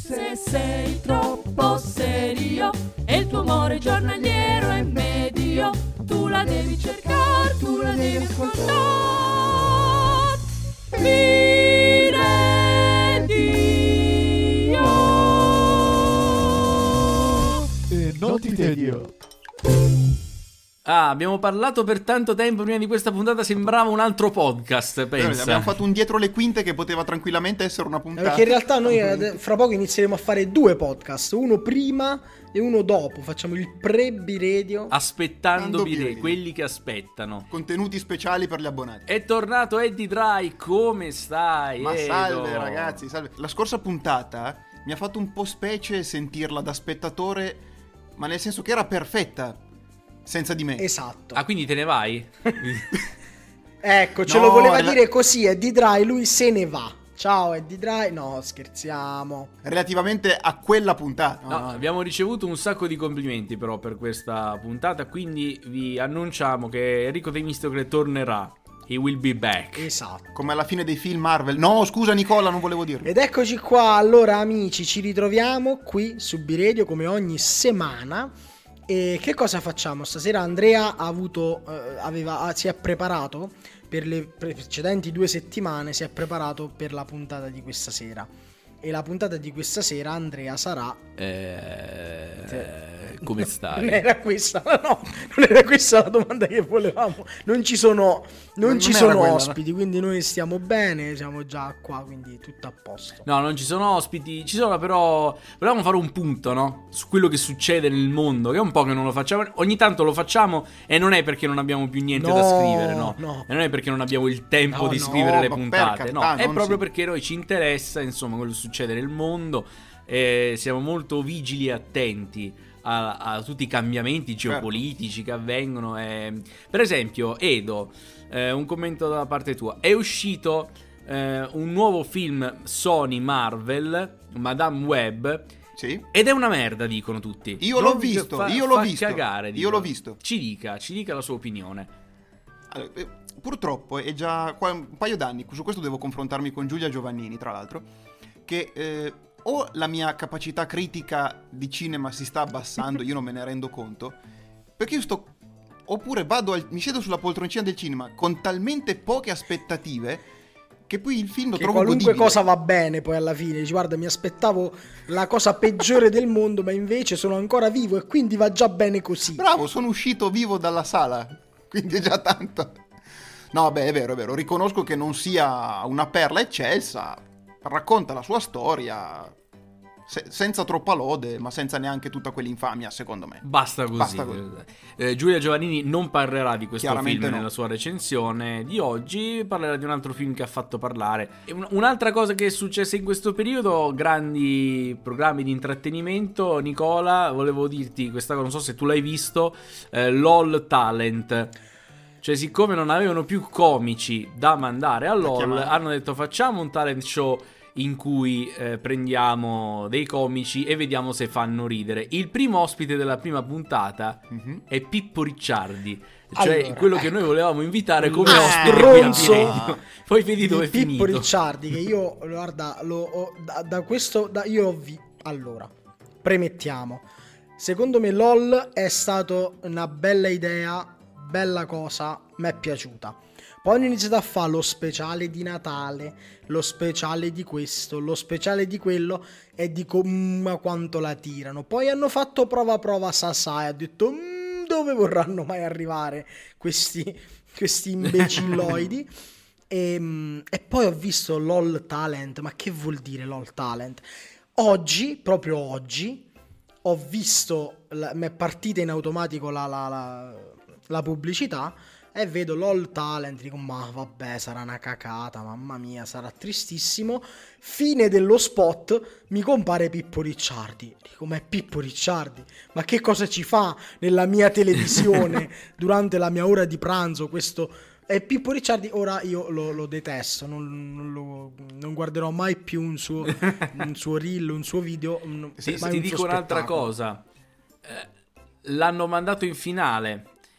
Se sei troppo serio e il tuo amore giornaliero è medio, tu la devi cercare, tu la devi ascoltare. Mire Dio e non ti tedio. Abbiamo parlato per tanto tempo prima di questa puntata, sembrava un altro podcast, pensa. Abbiamo fatto un dietro le quinte che poteva tranquillamente essere una puntata. Perché in realtà noi fra poco inizieremo a fare 2 podcast, uno prima e uno dopo. Facciamo il pre-B-Radio. Aspettando B-Radio. quelli che aspettano. Contenuti speciali per gli abbonati. È tornato Eddie Dry, come stai? Ma Edo? salve ragazzi, salve. La scorsa puntata mi ha fatto un po' specie sentirla da spettatore, ma nel senso che era perfetta senza di me. Esatto. Ah, quindi te ne vai? Ecco, ce lo voleva dire così Eddie Dry, lui se ne va. Ciao Eddie Dry. No, scherziamo. Relativamente a quella puntata. No, abbiamo ricevuto un sacco di complimenti però per questa puntata, quindi vi annunciamo che Enrico Temistocle tornerà. He will be back. Esatto. Come alla fine dei film Marvel. No, scusa Nicola, non volevo dirlo. Ed eccoci qua, allora amici, ci ritroviamo qui su B-Radio come ogni settimana. E che cosa facciamo? Stasera Andrea si è preparato per le precedenti 2 settimane, si è preparato per la puntata di questa sera. E la puntata di questa sera, Andrea, sarà... Come stai? Non era questa, no, non era questa la domanda che volevamo. Non ci sono quella, ospiti, quindi noi stiamo bene, siamo già qua, quindi tutto a posto. No, non ci sono ospiti, ci sono però... Volevamo fare un punto, no? Su quello che succede nel mondo, che è un po' che non lo facciamo. Ogni tanto lo facciamo e non è perché non abbiamo più niente da scrivere, no? E non è perché non abbiamo il tempo di scrivere le puntate, no? È proprio perché noi ci interessa, insomma, quello che succede nel mondo. E siamo molto vigili e attenti a tutti i cambiamenti geopolitici che avvengono. Per esempio, Edo, un commento da parte tua. È uscito un nuovo film Sony Marvel, Madame Web. Sì. Ed è una merda, dicono tutti. Io l'ho visto. Cagare, io l'ho visto. Ci dica la sua opinione. Allora, purtroppo è già un paio d'anni, su questo devo confrontarmi con Giulia Giovannini, tra l'altro, che o la mia capacità critica di cinema si sta abbassando, io non me ne rendo conto, perché io oppure mi siedo sulla poltroncina del cinema con talmente poche aspettative che poi il film lo trovo qualunque godibile. cosa va bene poi alla fine. Dici, guarda, mi aspettavo la cosa peggiore del mondo, ma invece sono ancora vivo e quindi va già bene così. Bravo, sono uscito vivo dalla sala, quindi è già tanto. No, beh, è vero, riconosco che non sia una perla eccelsa, racconta la sua storia senza troppa lode, ma senza neanche tutta quell'infamia, secondo me. Basta così. Giulia Giovannini non parlerà di questo film no. nella sua recensione di oggi, parlerà di un altro film che ha fatto parlare. E un'altra cosa che è successa in questo periodo, grandi programmi di intrattenimento. Nicola, volevo dirti questa cosa, non so se tu l'hai visto, LOL Talent. Cioè, siccome non avevano più comici da mandare a LOL, hanno detto facciamo un talent show in cui prendiamo dei comici e vediamo se fanno ridere. Il primo ospite della prima puntata è Pippo Ricciardi, cioè allora, quello che noi volevamo invitare come ospite qui a B-Radio. Poi vedi dove è finito. Pippo Ricciardi, che io, guarda, allora, premettiamo, secondo me LOL è stato una bella idea, bella cosa, mi è piaciuta. Poi hanno iniziato a fare lo speciale di Natale, lo speciale di questo, lo speciale di quello, e dico, ma quanto la tirano. Poi hanno fatto prova Sasà e ho detto, dove vorranno mai arrivare questi imbecilloidi? E poi ho visto LOL Talent, ma che vuol dire LOL Talent? Proprio oggi, ho visto, mi è partita in automatico la pubblicità, e vedo LOL Talent, dico ma vabbè, sarà una cacata, mamma mia, sarà tristissimo. Fine dello spot, mi compare Pippo Ricciardi, dico ma è Pippo Ricciardi, ma che cosa ci fa nella mia televisione durante la mia ora di pranzo questo? E Pippo Ricciardi ora io lo detesto, non guarderò mai più un suo reel, un suo video. Sì, ti dico un'altra cosa, l'hanno mandato in finale.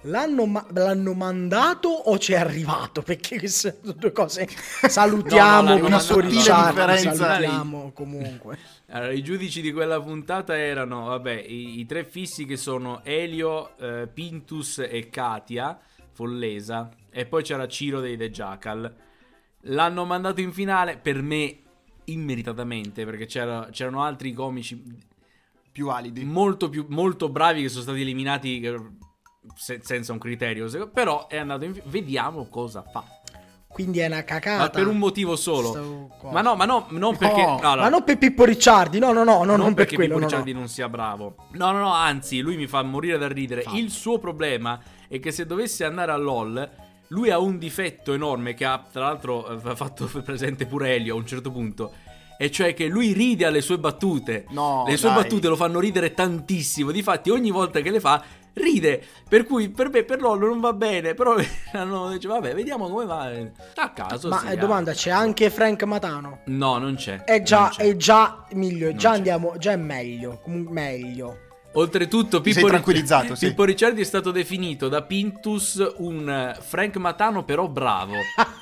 L'hanno mandato o ci è arrivato? Perché queste sono due cose. Salutiamo una Pippo sottile Ricciardi, differenza. salutiamo comunque. Allora, i giudici di quella puntata erano, vabbè, i tre fissi che sono Elio, Pintus e Katia Follesa, e poi c'era Ciro dei The Jackal. L'hanno mandato in finale, per me immeritatamente, perché c'erano altri comici Più validi. molto bravi che sono stati eliminati senza un criterio, però è andato in vediamo cosa fa. Quindi è una cacata. Ma per un motivo solo. Stavo qua. Ma no, non perché no, Ma non per Pippo Ricciardi, no, non per perché quello. Pippo No, Ricciardi non sia bravo. No, anzi, lui mi fa morire da ridere. Il suo problema è che se dovesse andare a LOL, lui ha un difetto enorme che ha, tra l'altro, ha fatto presente pure Elio a un certo punto. E cioè che lui ride alle sue battute. No, le sue dai. battute lo fanno ridere tantissimo. Difatti, ogni volta che le fa, ride. Per cui per me, per LOL non va bene. Però dice, vabbè, vediamo come va. A caso. Ma sì, domanda, c'è anche Frank Matano? No, non c'è. È già migliore, Non già c'è. andiamo, già è meglio. Meglio. Oltretutto, Ti sei tranquillizzato, sì. Pippo Ricciardi è stato definito da Pintus un Frank Matano, però bravo.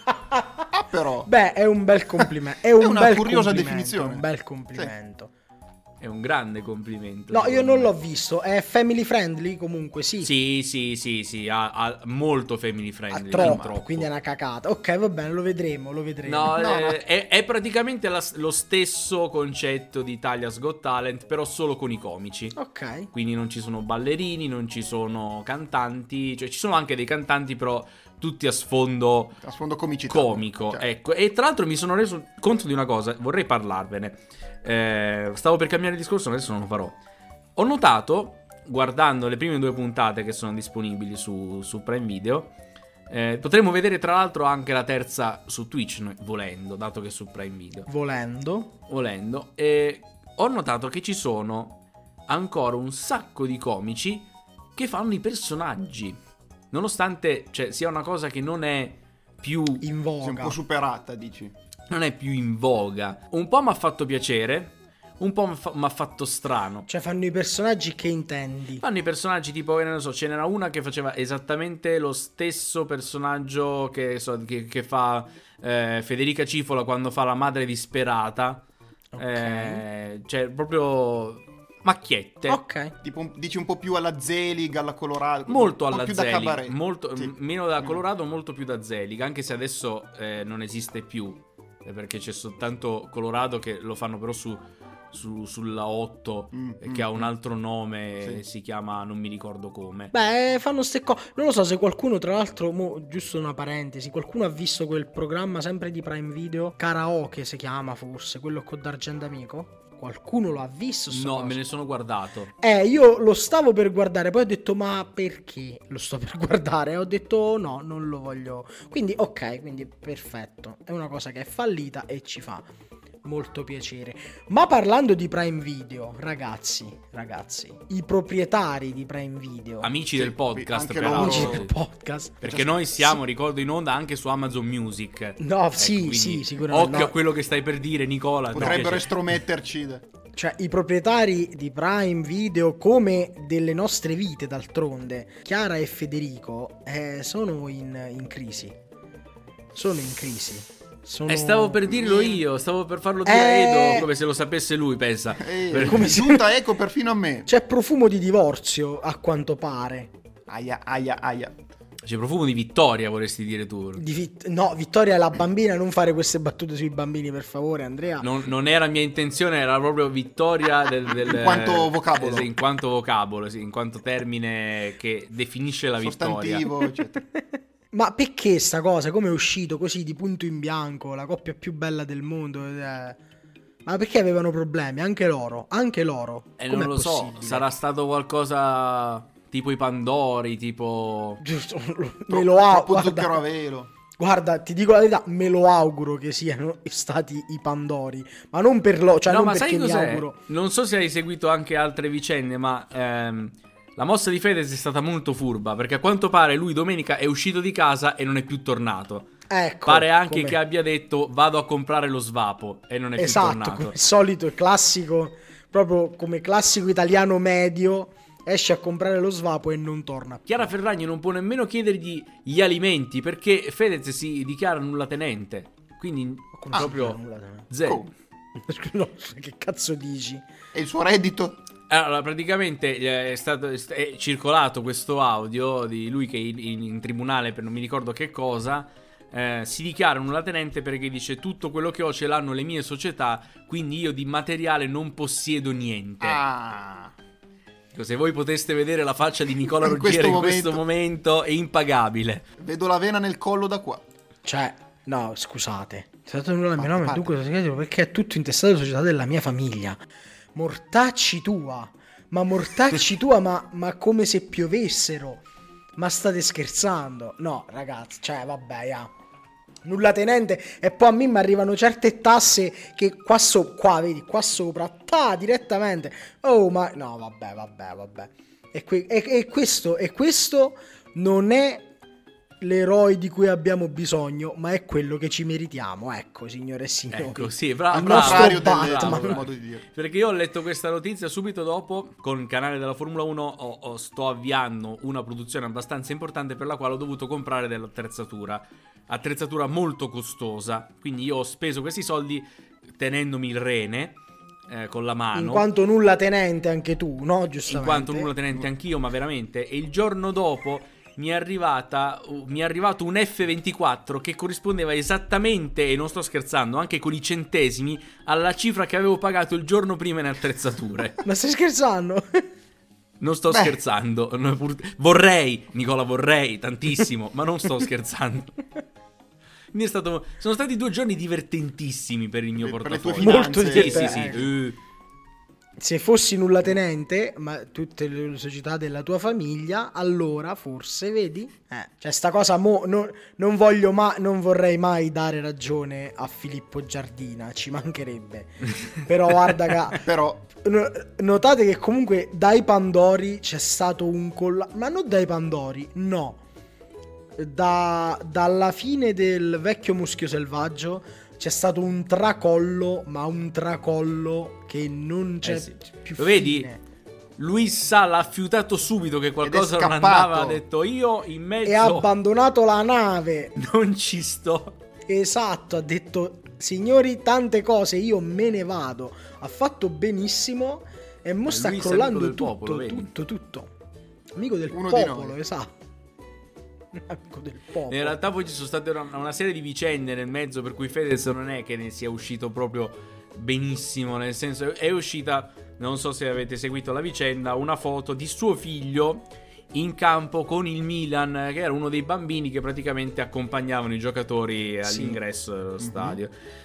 Ah, però. Beh, è un bel complimento. È una bel curiosa complimento, definizione. Un bel complimento. È un grande complimento. No, io secondo non me. l'ho visto. È family friendly comunque, sì. Sì, ha molto family Ah, friendly. troppo, quindi è una cacata. Ok, va bene, lo vedremo. No, No. È praticamente lo stesso concetto di Italia's Got Talent, però solo con i comici. Ok. Quindi non ci sono ballerini, non ci sono cantanti, cioè ci sono anche dei cantanti, però tutti a sfondo A sfondo comicità. comico, Cioè, ecco. E tra l'altro mi sono reso conto di una cosa, vorrei parlarvene. Stavo per cambiare discorso, ma adesso non lo farò. Ho notato, guardando le prime 2 puntate che sono disponibili su Prime Video, potremmo vedere tra l'altro anche la terza su Twitch, volendo, dato che è su Prime Video. Volendo. Ho notato che ci sono ancora un sacco di comici che fanno i personaggi, nonostante sia una cosa che non è più In sei un voga. po' superata, dici. non è più in voga. Un po' mi ha fatto piacere, un po' mi ha fatto strano. Cioè fanno i personaggi che intendi. Fanno i personaggi tipo, che ne so, ce n'era una che faceva esattamente lo stesso personaggio che fa Federica Cifola quando fa la madre disperata. Ok. Cioè proprio macchiette. Ok. Tipo, dici un po' più alla Zelig, alla Colorado. Molto un po' alla più da Zelig, cabaret. molto, Sì. meno da Colorado, molto più da Zelig, anche se adesso non esiste più, perché c'è soltanto Colorado che lo fanno però sulla 8, che ha un altro nome, Sì. si chiama, non mi ricordo come. Beh, fanno ste cose. Non lo so se qualcuno, tra l'altro, giusto una parentesi, qualcuno ha visto quel programma sempre di Prime Video, Karaoke si chiama forse, quello con D'Argento Amico? Qualcuno lo ha visto? sto No, coso? me ne sono guardato. Io lo stavo per guardare, poi ho detto ma perché lo sto per guardare? E ho detto no, non lo voglio. Quindi ok, quindi perfetto. È una cosa che è fallita e ci fa molto piacere. Ma parlando di Prime Video, ragazzi, i proprietari di Prime Video, Amici Sì, del podcast, anche peraltro, loro- amici sì. del podcast. perché noi siamo, ricordo in onda, anche su Amazon Music. No, Ecco, sì, quindi sì, sicuramente. Occhio no. a quello che stai per dire, Nicola. perché Potrebbero c'è- estrometterci. Cioè, i proprietari di Prime Video, come delle nostre vite d'altronde, Chiara e Federico, sono in crisi. Sono in crisi. stavo per dirlo io, stavo per farlo dire Edo, come se lo sapesse lui, pensa. Come È se- giunta eco perfino a me. C'è profumo di divorzio, a quanto pare. Aia. C'è profumo di vittoria, vorresti dire tu. No, Vittoria è la bambina, non fare queste battute sui bambini, per favore, Andrea. Non era mia intenzione, era proprio vittoria del In quanto vocabolo. sì, in quanto vocabolo, sì, in quanto termine che definisce la vittoria. Sostantivo, eccetera. Ma perché sta cosa? Come è uscito così di punto in bianco, la coppia più bella del mondo? Ma perché avevano problemi? Anche loro. E Com'è non lo so, possibile? sarà stato qualcosa tipo i Pandori, tipo... Giusto, me lo auguro. Troppo zucchero a velo. Guarda, ti dico la verità, me lo auguro che siano stati i Pandori, ma non per loro, cioè no, non ma perché sai mi cos'è? auguro. Non so se hai seguito anche altre vicende, ma la mossa di Fedez è stata molto furba, perché a quanto pare lui domenica è uscito di casa e non è più tornato. Ecco, Pare anche come- che abbia detto vado a comprare lo svapo e non è esatto, più tornato. come il solito, classico, proprio come classico italiano medio, esce a comprare lo svapo e non torna più. Chiara Ferragni non può nemmeno chiedergli gli alimenti perché Fedez si dichiara nullatenente. Quindi Come proprio zero. Oh. No, che cazzo dici? E il suo reddito? Allora, praticamente è circolato questo audio di lui che in tribunale per non mi ricordo che cosa si dichiara nullatenente perché dice tutto quello che ho ce l'hanno le mie società, quindi io di materiale non possiedo niente. Ah. Se voi poteste vedere la faccia di Nicola In Ruggiero in questo questo momento è impagabile. Vedo la vena nel collo da qua. Cioè, no, scusate. È stato nulla mio Parte, nome, parte. tu cosa sei? Perché è tutto intestato alla società della mia famiglia. Mortacci tua. Ma mortacci tua, ma come se piovessero. Ma state scherzando? No, ragazzi, cioè, vabbè, nulla tenente. E poi a me mi arrivano certe tasse che qua, vedi, qua sopra, direttamente. Oh, ma no, vabbè. E questo non è l'eroe di cui abbiamo bisogno, ma è quello che ci meritiamo. Ecco, signore e signori. Ecco, sì, Al bravo. contrario Batman. del modo di dire. Perché io ho letto questa notizia subito dopo, con il canale della Formula 1 sto avviando una produzione abbastanza importante per la quale ho dovuto comprare attrezzatura molto costosa, quindi io ho speso questi soldi tenendomi il rene con la mano. In quanto nulla tenente anche tu, no? Giustamente. In quanto nulla tenente anch'io, ma veramente. E il giorno dopo mi è arrivato un F24 che corrispondeva esattamente, e non sto scherzando, anche con i centesimi, alla cifra che avevo pagato il giorno prima in attrezzature. Ma stai scherzando? Non sto scherzando. Vorrei, Nicola, vorrei tantissimo, ma non sto scherzando. Quindi sono stati 2 giorni divertentissimi per il mio Per le portafoglio. tue Molto finanze. Sì. Se fossi nulla tenente, ma tutte le società della tua famiglia, allora forse, vedi? Cioè, sta cosa non vorrei mai dare ragione a Filippo Giardina, ci mancherebbe. Però guarda che Però notate che comunque dai Pandori c'è stato un ma non dai Pandori, no. Dalla fine del vecchio Muschio Selvaggio c'è stato un tracollo, ma un tracollo che non c'è più Lo vedi? fine. Luis Sala ha fiutato subito che qualcosa Ed è non scappato. andava, ha detto io in mezzo E ha abbandonato la nave. non ci sto. Esatto, ha detto signori tante cose, io me ne vado. Ha fatto benissimo e mo sta lui è amico crollando del tutto, popolo, vedi? tutto. Amico del Uno di popolo, noi. esatto. Amico del popolo. In realtà poi ci sono state una serie di vicende nel mezzo per cui Fedez non è che ne sia uscito proprio benissimo, nel senso è uscita, non so se avete seguito la vicenda, una foto di suo figlio in campo con il Milan, che era uno dei bambini che praticamente accompagnavano i giocatori all'ingresso dello stadio.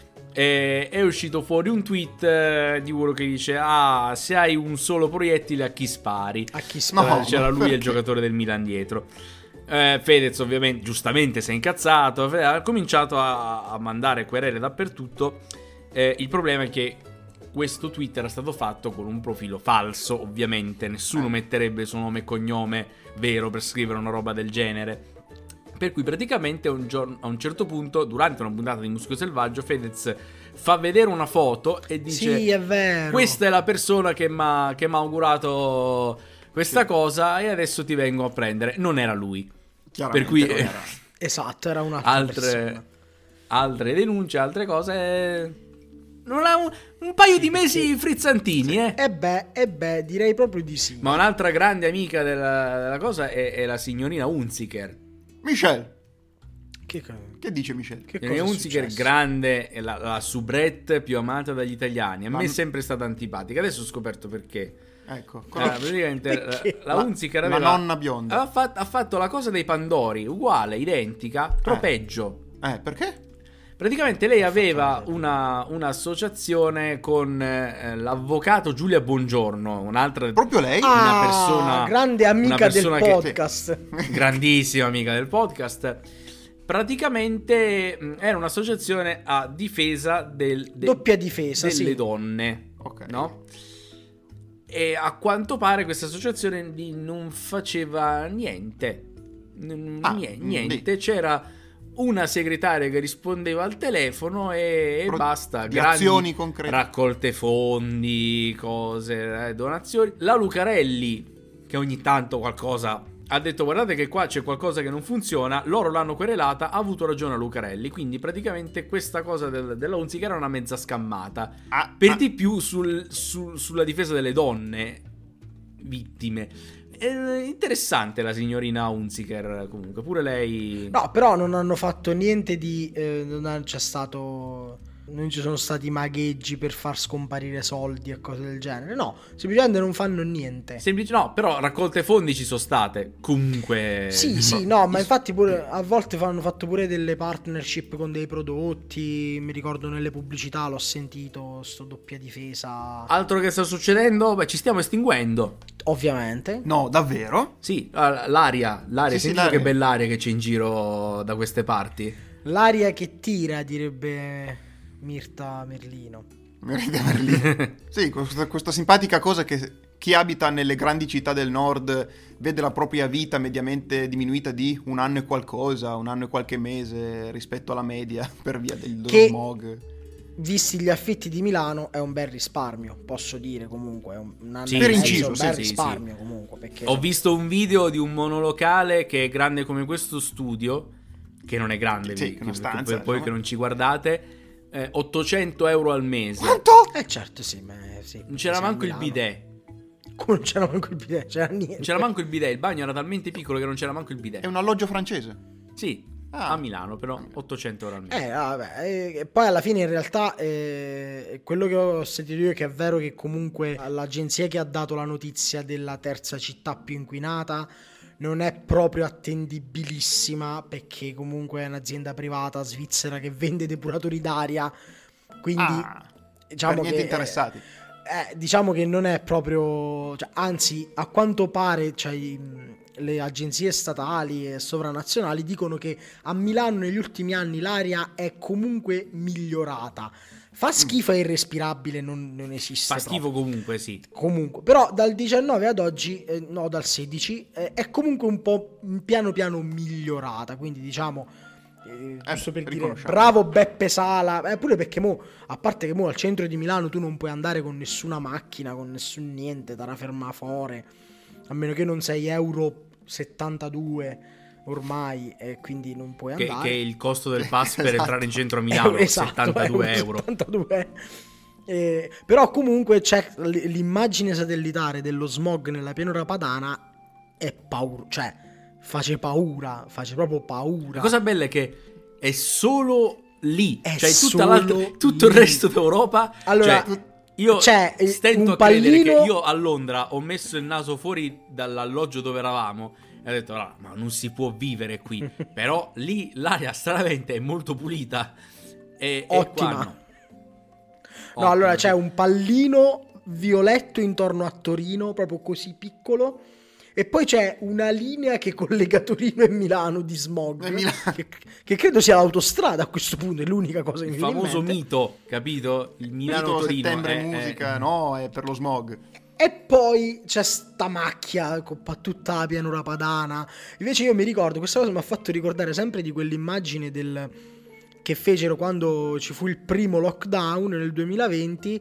E è uscito fuori un tweet di uno che dice se hai un solo proiettile a chi spari? A chi No, C'era lui e il perché? giocatore del Milan dietro. Fedez ovviamente giustamente si è incazzato, ha cominciato a mandare querele dappertutto. Il problema è che questo tweet era stato fatto con un profilo falso, ovviamente nessuno metterebbe il suo nome e cognome vero per scrivere una roba del genere, per cui praticamente a un certo punto durante una puntata di Muschio Selvaggio Fedez fa vedere una foto e dice sì, è vero. questa è la persona che mi ha augurato questa cosa e adesso ti vengo a prendere. Non era lui. Per chiaramente cui non era. Esatto, era un'altra persona. altre denunce, altre cose. Non ha un paio di mesi frizzantini, eh. E beh, direi proprio di sì. Ma un'altra grande amica della cosa è la signorina Hunziker. Michel, Che che dice Michel? cosa è Signorina Hunziker, successo? grande, è la soubrette più amata dagli italiani. A Ma me è non- sempre stata antipatica. Adesso ho scoperto perché. Ecco, Praticamente Perché? la Hunziker la aveva, nonna bionda. ha fatto la cosa dei Pandori, uguale, identica, però peggio. Perché? Praticamente lei aveva un'associazione con l'avvocato Giulia Bongiorno, un'altra Proprio lei? una persona grande amica una persona del che- podcast. grandissima amica del podcast. Praticamente era un'associazione a difesa Doppia difesa, delle sì. donne, Ok. no? E a quanto pare questa associazione non faceva niente. Niente. C'era una segretaria che rispondeva al telefono e basta. di azioni concrete. Raccolte fondi, cose, donazioni. La Lucarelli, che che ogni tanto qualcosa ha detto guardate che qua c'è qualcosa che non funziona, loro l'hanno querelata, ha avuto ragione Lucarelli, quindi praticamente questa cosa della Hunziker era una mezza scammata, per di più sulla difesa delle donne vittime. Interessante la signorina Hunziker, comunque pure lei. No, però non hanno fatto niente di non ci sono stati magheggi per far scomparire soldi e cose del genere. No, semplicemente non fanno niente. No, però raccolte fondi ci sono state. Comunque. Sì, no, ma infatti pure a volte hanno fatto pure delle partnership con dei prodotti. Mi ricordo nelle pubblicità l'ho sentito, sto doppia difesa. Altro che sta succedendo? Beh, ci stiamo estinguendo. Ovviamente. No, davvero? Sì, l'aria. Sì, Sentite l'aria. che bell'aria che c'è in giro da queste parti. L'aria che tira, direbbe Mirta Merlino. Sì, questa simpatica cosa che chi abita nelle grandi città del nord vede la propria vita mediamente diminuita di un anno e qualcosa, un anno e qualche mese rispetto alla media per via dello smog. Visti gli affitti di Milano è un bel risparmio, posso dire comunque, è un anno Sì, e mezzo, inciso, un bel sì, risparmio sì. comunque, perché Ho visto un video di un monolocale che è grande come questo studio, che non è grande, Sì, una stanza, poi no? che non ci guardate, 800 euro al mese. Quanto? certo sì, ma sì, Non c'era sì, a manco il Milano. bidet. Come non c'era manco il bidet? C'era niente. Non c'era manco il bidet, il bagno era talmente piccolo che non c'era manco il bidet. È un alloggio francese. Sì, Ah. a Milano però 800 euro al mese. Vabbè, e poi alla fine in realtà quello che ho sentito io è che è vero che comunque l'agenzia che ha dato la notizia della terza città più inquinata non è proprio attendibilissima, perché comunque è un'azienda privata svizzera che vende depuratori d'aria, quindi diciamo per niente che interessati. diciamo che non è proprio, cioè, anzi a quanto pare, cioè, le agenzie statali e sovranazionali dicono che a Milano negli ultimi anni l'aria è comunque migliorata. Fa schifo, è irrespirabile, non esiste Fa schifo proprio. comunque, sì. Comunque, però dal 19 ad oggi, no, dal 16, è comunque un po' piano piano migliorata, quindi diciamo, giusto per dire, riconosciamo. bravo Beppe Sala, pure perché mo, a parte che mo al centro di Milano tu non puoi andare con nessuna macchina, con nessun niente, da fermafore, a meno che non sei Euro 72 ormai, e quindi non puoi Che andare. è il costo del pass per Esatto. entrare in centro a Milano, Esatto, 72 euro. 72. Però comunque c'è l'immagine satellitare dello smog nella pianura padana, è paura, cioè face proprio paura. La cosa bella è che è solo lì, È cioè solo tutto il lì. resto d'Europa. Allora, cioè, io c'è stento un a credere che pallino- io a Londra ho messo il naso fuori dall'alloggio dove eravamo e ho detto "Ah, ma non si può vivere qui". Però lì l'aria stranamente è molto pulita e Ottima. qua no. No, allora Ottimo, c'è un pallino violetto intorno a Torino, proprio così piccolo, e poi c'è una linea che collega Torino e Milano di smog, E Milano. che credo sia l'autostrada a questo punto, è l'unica cosa che il mi viene in famoso mente. mito, capito? Il Milano-Torino settembre è- musica, no, è per lo smog. E poi c'è sta macchia tutta la pianura padana. Invece io mi ricordo, questa cosa mi ha fatto ricordare sempre di quell'immagine che fecero quando ci fu il primo lockdown nel 2020,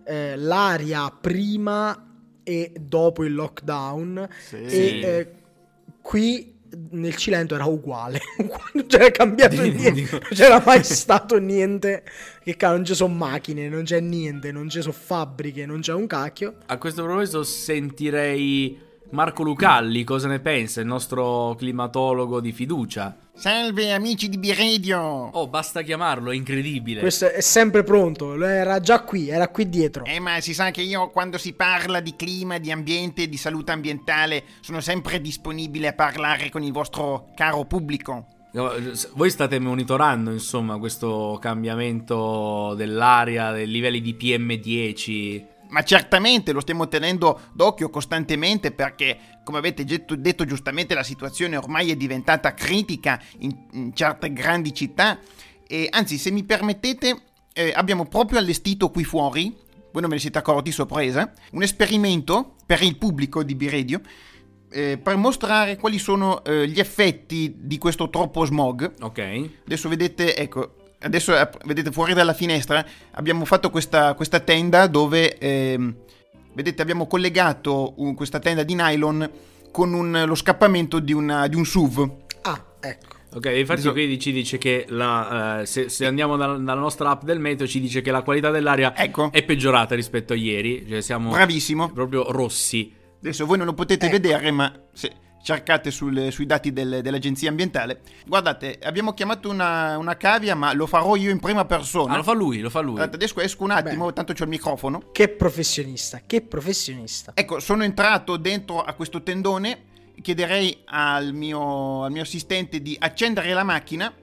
l'aria prima e dopo il lockdown. Sì. E qui nel Cilento era uguale, non c'era cambiato niente, non c'era mai stato niente, che non ci sono macchine, non c'è niente, non ci sono fabbriche, non c'è un cacchio. A questo proposito sentirei Marco Lucalli, cosa ne pensa, il nostro climatologo di fiducia. Salve amici di B-Radio. Oh, basta chiamarlo, è incredibile. Questo è sempre pronto, era già qui, era qui dietro. Ma si sa che io quando si parla di clima, di ambiente, di salute ambientale sono sempre disponibile a parlare con il vostro caro pubblico. Voi state monitorando, insomma, questo cambiamento dell'aria, dei livelli di PM10. Ma certamente lo stiamo tenendo d'occhio costantemente perché, come avete detto giustamente, la situazione ormai è diventata critica in certe grandi città. E anzi, se mi permettete, abbiamo proprio allestito qui fuori, voi non ve ne siete accorti, sorpresa, un esperimento per il pubblico di B-Radio per mostrare quali sono gli effetti di questo troppo smog. Ok. Adesso vedete, ecco, vedete fuori dalla finestra abbiamo fatto questa tenda dove vedete, abbiamo collegato questa tenda di nylon con lo scappamento di un SUV. Ah, ecco. Ok, infatti qui ci dice che se andiamo dalla nostra app del meteo ci dice che la qualità dell'aria Ecco. è peggiorata rispetto a ieri, cioè siamo Bravissimo. proprio rossi. Adesso voi non lo potete vedere, ma se cercate sui dati dell'agenzia ambientale, guardate, abbiamo chiamato una cavia, ma lo farò io in prima persona. Ah, lo fa lui. Guardate, adesso esco un attimo, tanto c'ho il microfono. Che professionista. Ecco, sono entrato dentro a questo tendone. Chiederei al mio assistente di accendere la macchina.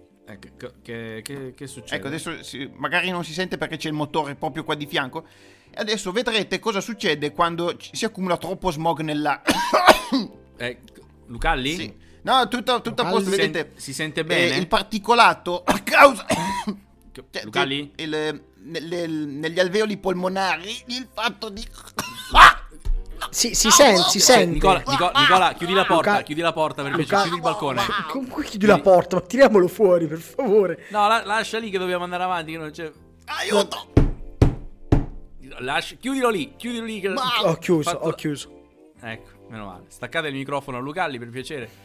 Che succede? Ecco, adesso magari non si sente perché c'è il motore proprio qua di fianco. E adesso vedrete cosa succede quando si accumula troppo smog nella... Lucalli? Sì. No, tutto a posto, vedete? Si sente bene? Il particolato a causa... Lucalli? Negli alveoli polmonari, il fatto di... Si sente. Nicola, chiudi la porta, Luca- chiudi la porta per Luca- piacere, chiudi il balcone. Comunque chiudi la porta, ma tiriamolo fuori, per favore. No, lascia lì che dobbiamo andare avanti, che non c'è... Aiuto! Chiudilo lì che... Ho chiuso. Ecco, meno male. Staccate il microfono a Lucalli per piacere.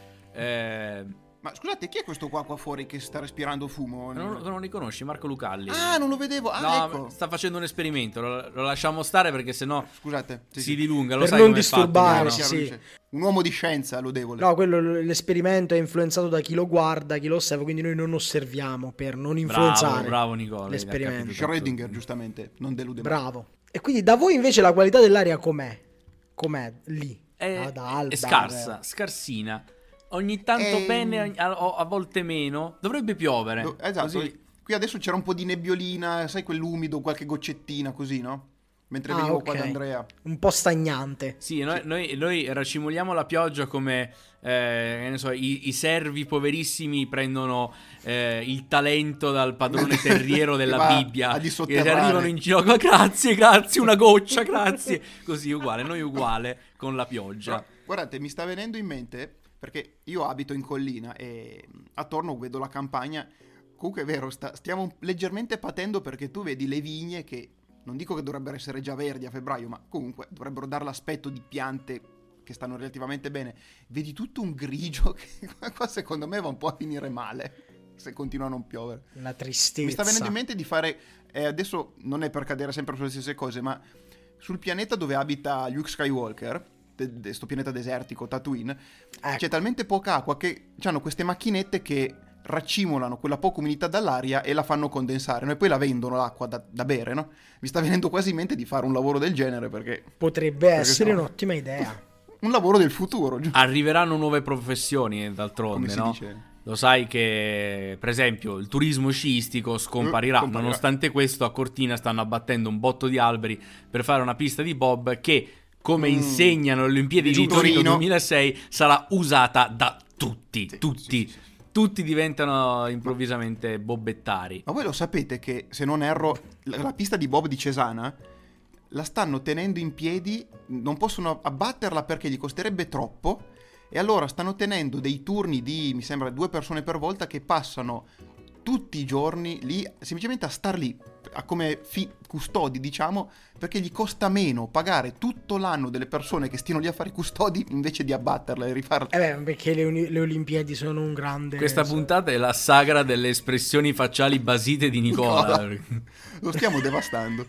Ma scusate, chi è questo qua fuori che sta respirando fumo? Non lo riconosci, Marco Lucalli? Ah, non lo vedevo. Ah, No, ecco. sta facendo un esperimento, lo lasciamo stare perché sennò Scusate. si dilunga, lo Per sai non come è fatto, disturbare, no? sì. Dice, un uomo di scienza lodevole. No, quello, l'esperimento è influenzato da chi lo guarda, chi lo osserva, quindi noi non osserviamo per non influenzare. Bravo Nicola. l'esperimento. Schrödinger, giustamente, non delude mai. Bravo. E quindi da voi invece la qualità dell'aria com'è? Com'è lì? Ad Alba, È scarsa, scarsina. Ogni tanto bene, a volte meno. Dovrebbe piovere. Esatto. Così. Qui adesso c'era un po' di nebbiolina, sai, quell'umido, qualche goccettina così, no? Mentre venivo qua da Andrea. Un po' stagnante. Sì, noi racimoliamo la pioggia come che ne so, i servi poverissimi prendono il talento dal padrone terriero della Bibbia, a che dissotterrare. arrivano in ginocchio, grazie, una goccia, grazie. Così noi uguale con la pioggia. Però, guardate, mi sta venendo in mente, perché io abito in collina e attorno vedo la campagna. Comunque è vero, stiamo leggermente patendo, perché tu vedi le vigne che... Non dico che dovrebbero essere già verdi a febbraio, ma comunque dovrebbero dare l'aspetto di piante che stanno relativamente bene. Vedi tutto un grigio che qua secondo me va un po' a finire male se continua a non piovere. Una tristezza. Mi sta venendo in mente di fare, adesso non è per cadere sempre sulle stesse cose, ma sul pianeta dove abita Luke Skywalker, sto pianeta desertico, Tatooine, c'è talmente poca acqua che hanno queste macchinette che raccimolano quella poca umidità dall'aria e la fanno condensare, no? E poi la vendono l'acqua da bere, no? Mi sta venendo quasi in mente di fare un lavoro del genere, perché potrebbe essere un'ottima idea. Un lavoro del futuro, giusto? Arriveranno nuove professioni, d'altronde, Come si no? dice? Lo sai che, per esempio, il turismo sciistico scomparirà. Nonostante questo, a Cortina stanno abbattendo un botto di alberi per fare una pista di bob che, come insegnano le Olimpiadi di Torino 2006, sarà usata da tutti. Sì. Tutti diventano improvvisamente bobbettari. Ma voi lo sapete che, se non erro, la pista di bob di Cesana la stanno tenendo in piedi, non possono abbatterla perché gli costerebbe troppo, e allora stanno tenendo dei turni di, mi sembra, 2 persone per volta che passano tutti i giorni lì, semplicemente a star lì, come custodi, diciamo, perché gli costa meno pagare tutto l'anno delle persone che stiano lì a fare i custodi invece di abbatterla e rifarla. Perché le Olimpiadi sono un grande... Questa puntata è la sagra delle espressioni facciali basite di Nicola. Lo stiamo devastando.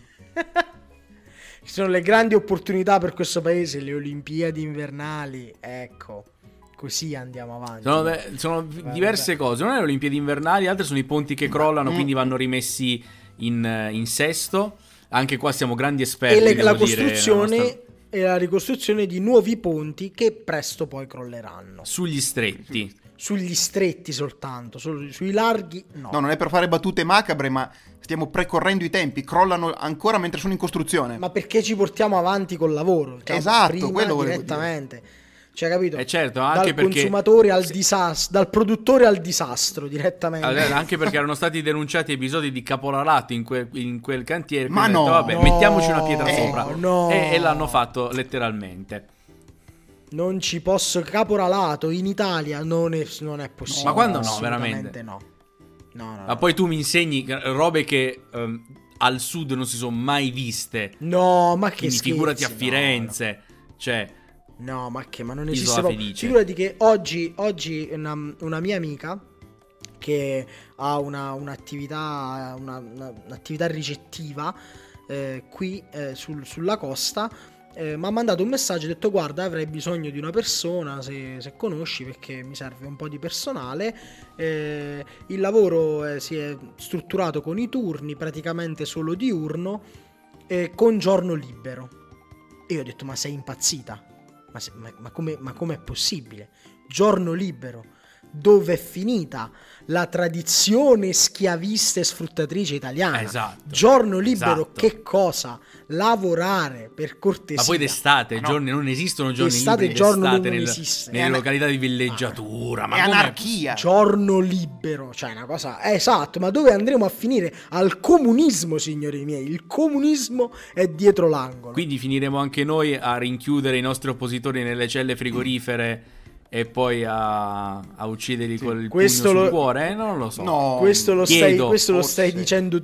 Ci sono le grandi opportunità per questo paese, le Olimpiadi invernali, ecco. Così andiamo avanti. Sono diverse cose. Una è le Olimpiadi invernali, altre sono i ponti che crollano, quindi vanno rimessi in sesto. Anche qua siamo grandi esperti. E la costruzione e la ricostruzione di nuovi ponti che presto poi crolleranno. Sugli stretti. Sugli stretti soltanto, sui larghi no. No, non è per fare battute macabre, ma stiamo precorrendo i tempi, crollano ancora mentre sono in costruzione. Ma perché ci portiamo avanti col lavoro? Esatto, prima, quello volevo direttamente. Cioè, capito? Certo, anche dal consumatore al disastro, dal produttore al disastro direttamente. Anche perché erano stati denunciati episodi di caporalato in quel cantiere. Ma no, detto, vabbè, no, mettiamoci una pietra sopra. No. E l'hanno fatto letteralmente. Non ci posso, caporalato in Italia non è possibile. Ma quando no, veramente? No. Ma poi tu mi insegni robe che al sud non si sono mai viste. No, ma che Quindi scherzi, figurati a no, Firenze. Cioè, no, ma non Isola esiste proprio. Felice. Figurati che oggi una mia amica che ha un'attività ricettiva qui sulla costa, mi ha mandato un messaggio e ha detto: guarda, avrei bisogno di una persona se conosci, perché mi serve un po' di personale. Il lavoro si è strutturato con i turni, praticamente solo diurno, con giorno libero. E io ho detto: ma sei impazzita? Ma come è possibile? Giorno libero. Dove è finita la tradizione schiavista e sfruttatrice italiana? Esatto. Giorno libero, Esatto. Che cosa? Lavorare, per cortesia. ma poi d'estate, Ma no. giorni non esistono giorni D'estate liberi giorno d'estate non nel- esiste. nelle È località di villeggiatura. Ma è com'è anarchia. Giorno libero, cioè una cosa esatto, ma dove andremo a finire? Al comunismo, signori miei. Il comunismo è dietro l'angolo. Quindi finiremo anche noi a rinchiudere i nostri oppositori nelle celle frigorifere e poi a ucciderli col Questo pugno sul lo- cuore? Non lo so. No, questo lo chiedo, stai forse. dicendo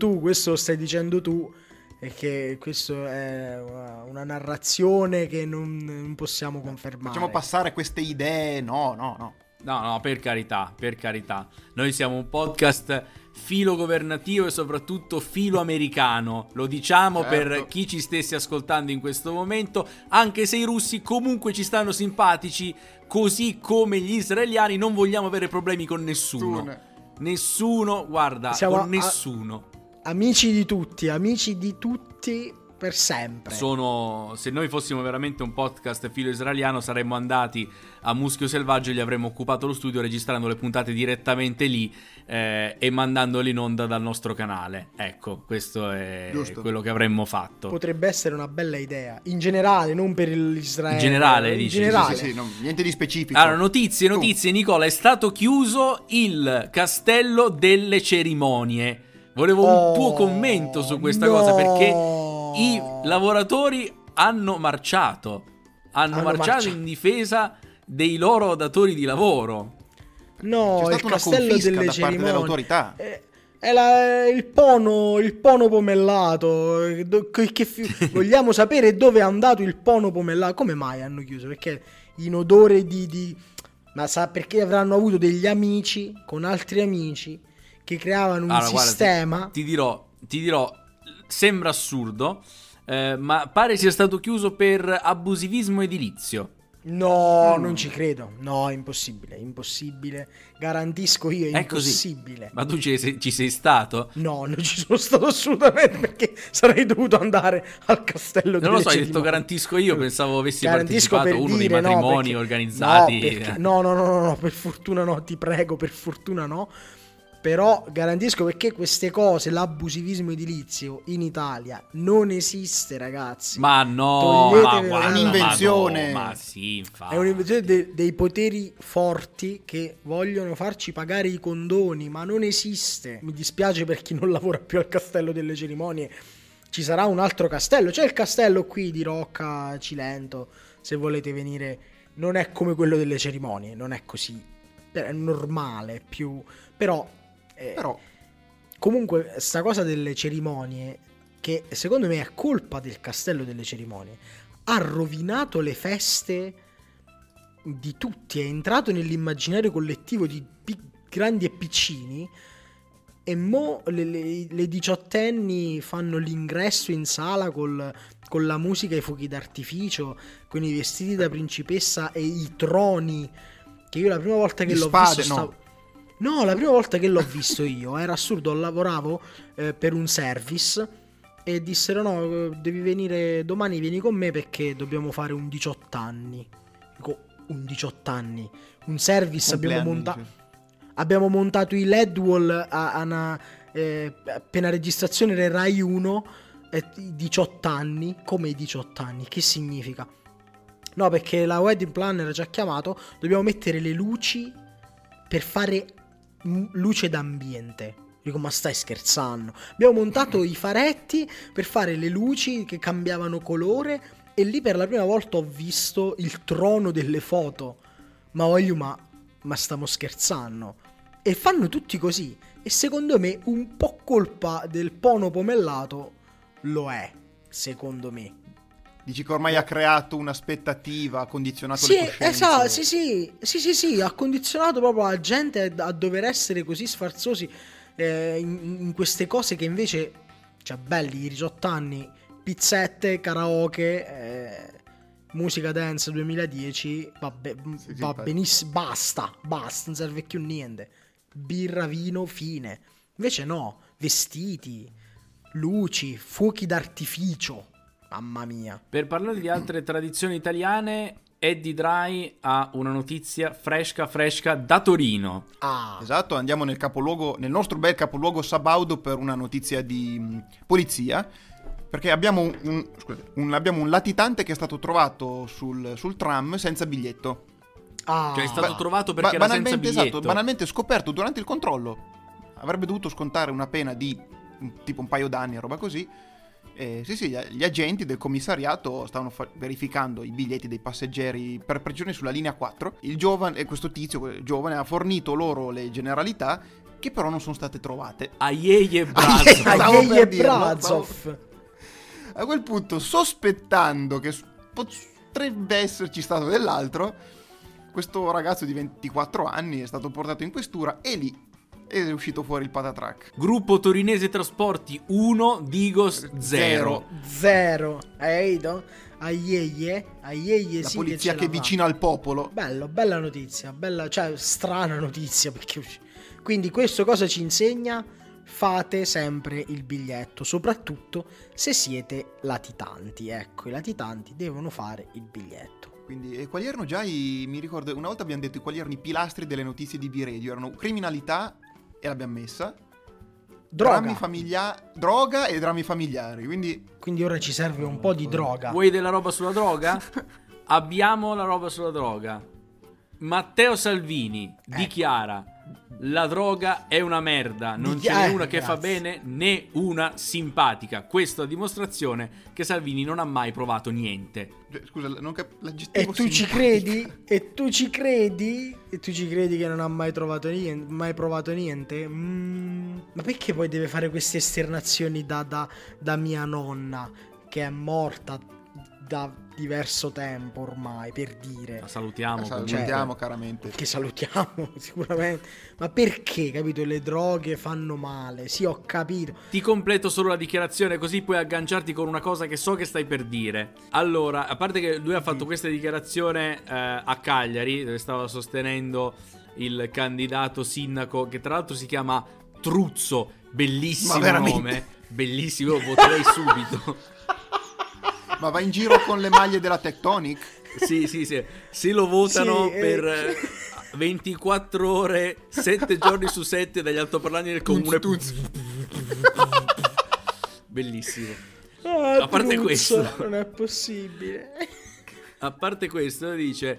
tu, e che questo è una narrazione che non possiamo confermare. facciamo passare queste idee. No. No, per carità, per carità. Noi siamo un podcast filo governativo e soprattutto filo americano. Lo diciamo Certo. per chi ci stesse ascoltando in questo momento, anche se i russi comunque ci stanno simpatici, così come gli israeliani non vogliamo avere problemi con nessuno. Nessuno, guarda, Siamo con nessuno. amici di tutti per sempre. Se noi fossimo veramente un podcast filo israeliano, saremmo andati a Muschio Selvaggio e gli avremmo occupato lo studio registrando le puntate direttamente lì e mandandole in onda dal nostro canale. Ecco, questo è Giusto. quello che avremmo fatto. Potrebbe essere una bella idea. In generale, non per l'Israele. In generale, in dici? generale. Sì, no, niente di specifico. Allora, notizie, Nicola, è stato chiuso il castello delle cerimonie. Volevo un tuo commento su questa cosa, perché i lavoratori hanno marciato. Hanno marciato in difesa dei loro datori di lavoro. No, C'è il stata una castello confisca delle da parte cerimonie dell'autorità. è il pono pomellato. Vogliamo sapere dove è andato il pono pomellato. Come mai hanno chiuso? Perché in odore ma sa perché avranno avuto degli amici con altri amici che creavano un Allora, guarda, sistema. ti dirò, sembra assurdo, ma pare sia stato chiuso per abusivismo edilizio. No, non ci credo. No, impossibile. Garantisco io, è È così. impossibile. Ma tu ci sei stato? No, non ci sono stato assolutamente, perché sarei dovuto andare al castello Non lo so, hai cerimonie. detto garantisco io, pensavo avessi Garantisco partecipato a per uno dei dire, no, matrimoni perché- organizzati. No, per fortuna no, ti prego, per fortuna no. Però garantisco, perché queste cose, l'abusivismo edilizio in Italia non esiste, ragazzi. Ma no, ma Toglietevi- guarda, è un'invenzione. Ma sì, infatti. È un'invenzione dei poteri forti che vogliono farci pagare i condoni, ma non esiste. Mi dispiace per chi non lavora più al castello delle cerimonie. Ci sarà un altro castello. C'è il castello qui di Rocca Cilento, se volete venire. Non è come quello delle cerimonie, non è così. È normale, più. Però comunque sta cosa delle cerimonie, che secondo me è colpa del castello delle cerimonie, ha rovinato le feste di tutti, è entrato nell'immaginario collettivo di grandi e piccini, e mo le diciottenni fanno l'ingresso in sala con la musica e i fuochi d'artificio, con i vestiti da principessa e i troni, che io la prima volta che Di l'ho spade, visto No, la prima volta che l'ho visto io era assurdo. Lavoravo per un service e dissero: no, devi venire domani, vieni con me perché dobbiamo fare un 18 anni. Dico, un 18 anni, un service. Abbiamo montato i LED wall appena registrazione del Rai 1. 18 anni. Come i 18 anni? Che significa? No, perché la wedding planner ci ha chiamato, dobbiamo mettere le luci per fare luce d'ambiente. Dico, ma stai scherzando? Abbiamo montato i faretti per fare le luci che cambiavano colore, e lì per la prima volta ho visto il trono delle foto. Ma stiamo scherzando? E fanno tutti così. e secondo me un po' colpa del pono pomellato lo è, secondo me. Dici che ormai ha creato un'aspettativa, ha condizionato Sì, le coscienze. esatto, sì, ha condizionato proprio la gente a dover essere così sfarzosi in queste cose che invece, cioè, belli, i risottani, pizzette, karaoke, musica dance 2010, va benissimo, basta, non serve più niente. Birra, vino, fine. Invece no, vestiti, luci, fuochi d'artificio. Mamma mia. Per parlare di altre tradizioni italiane, Eddie Dry ha una notizia fresca da Torino. Ah, Esatto, andiamo nel capoluogo, nel nostro bel capoluogo Sabaudo per una notizia di polizia, perché abbiamo abbiamo un latitante che è stato trovato sul tram senza biglietto. Cioè è stato trovato perché era senza biglietto. Esatto, banalmente scoperto durante il controllo. Avrebbe dovuto scontare una pena di tipo un paio d'anni, roba così. Sì, gli agenti del commissariato stavano verificando i biglietti dei passeggeri per precisione sulla linea 4. Questo tizio giovane ha fornito loro le generalità che però non sono state trovate. Aieie Brazov. A quel punto, sospettando che potrebbe esserci stato dell'altro, questo ragazzo di 24 anni è stato portato in questura e lì è uscito fuori il patatrack. Gruppo Torinese Trasporti 1, Digos 0. Hai capito? Aieie, La sì, polizia che è ce la fa. vicina al popolo. Bella notizia, cioè strana notizia, perché quindi questo cosa ci insegna? Fate sempre il biglietto, soprattutto se siete latitanti. Ecco, i latitanti devono fare il biglietto. Quindi quali erano già mi ricordo, una volta abbiamo detto quali erano i pilastri delle notizie di B-Radio. Erano criminalità, e l'abbiamo messa, droga e drammi familiari. Quindi ora ci serve un po' di droga. Vuoi della roba sulla droga? Abbiamo la roba sulla droga. Matteo Salvini dichiara: la droga è una merda, non ce n'è una che fa bene né una simpatica. Questa dimostrazione che Salvini non ha mai provato niente. Scusa, l'aggettivo E tu ci simpatica. credi? E tu ci credi? E tu ci credi che non ha mai provato niente? Ma perché poi deve fare queste esternazioni da mia nonna, che è morta da diverso tempo ormai, per dire? La salutiamo. Salutiamo caramente. Che salutiamo sicuramente. Ma perché, capito? Le droghe fanno male. Sì, ho capito. Ti completo solo la dichiarazione così puoi agganciarti con una cosa che so che stai per dire. Allora, a parte che lui ha fatto questa dichiarazione a Cagliari, dove stava sostenendo il candidato sindaco, che tra l'altro si chiama Truzzo. Bellissimo nome. Bellissimo, lo voterei subito. Ma va in giro con le maglie della Tectonic? Sì. Se lo votano Sì, per 24 ore, 7 giorni su 7 dagli altoparlanti del comune. Bellissimo. A parte Truzzo, questo, non è possibile. a parte questo, dice: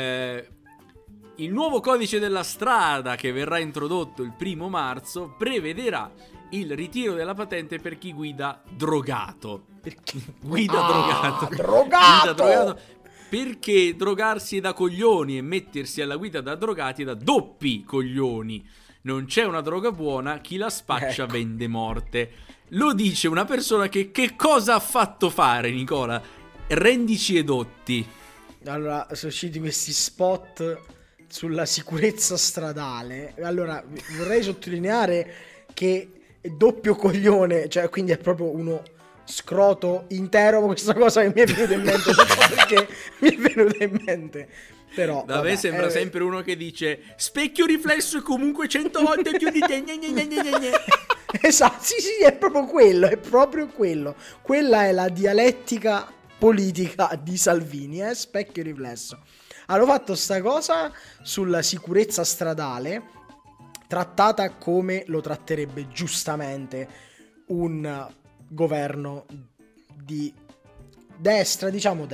il nuovo codice della strada che verrà introdotto il 1° marzo prevederà il ritiro della patente per chi guida drogato. Perché? Drogato. Drogato! Guida drogato. Perché drogarsi è da coglioni e mettersi alla guida da drogati è da doppi coglioni. Non c'è una droga buona, chi la spaccia vende morte. Lo dice una persona che cosa ha fatto fare, Nicola? Rendici edotti. Allora, sono usciti questi spot sulla sicurezza stradale. Allora, vorrei sottolineare che è doppio coglione, cioè quindi è proprio uno scroto intero. Questa cosa che mi è venuta in mente, non so perché mi è venuta in mente. Però da me sembra sempre uno che dice: specchio riflesso e comunque 100 volte più di te. Esatto, sì, è proprio quello. Quella è la dialettica politica di Salvini, specchio riflesso. Hanno fatto sta cosa sulla sicurezza stradale, trattata come lo tratterebbe giustamente un governo di destra,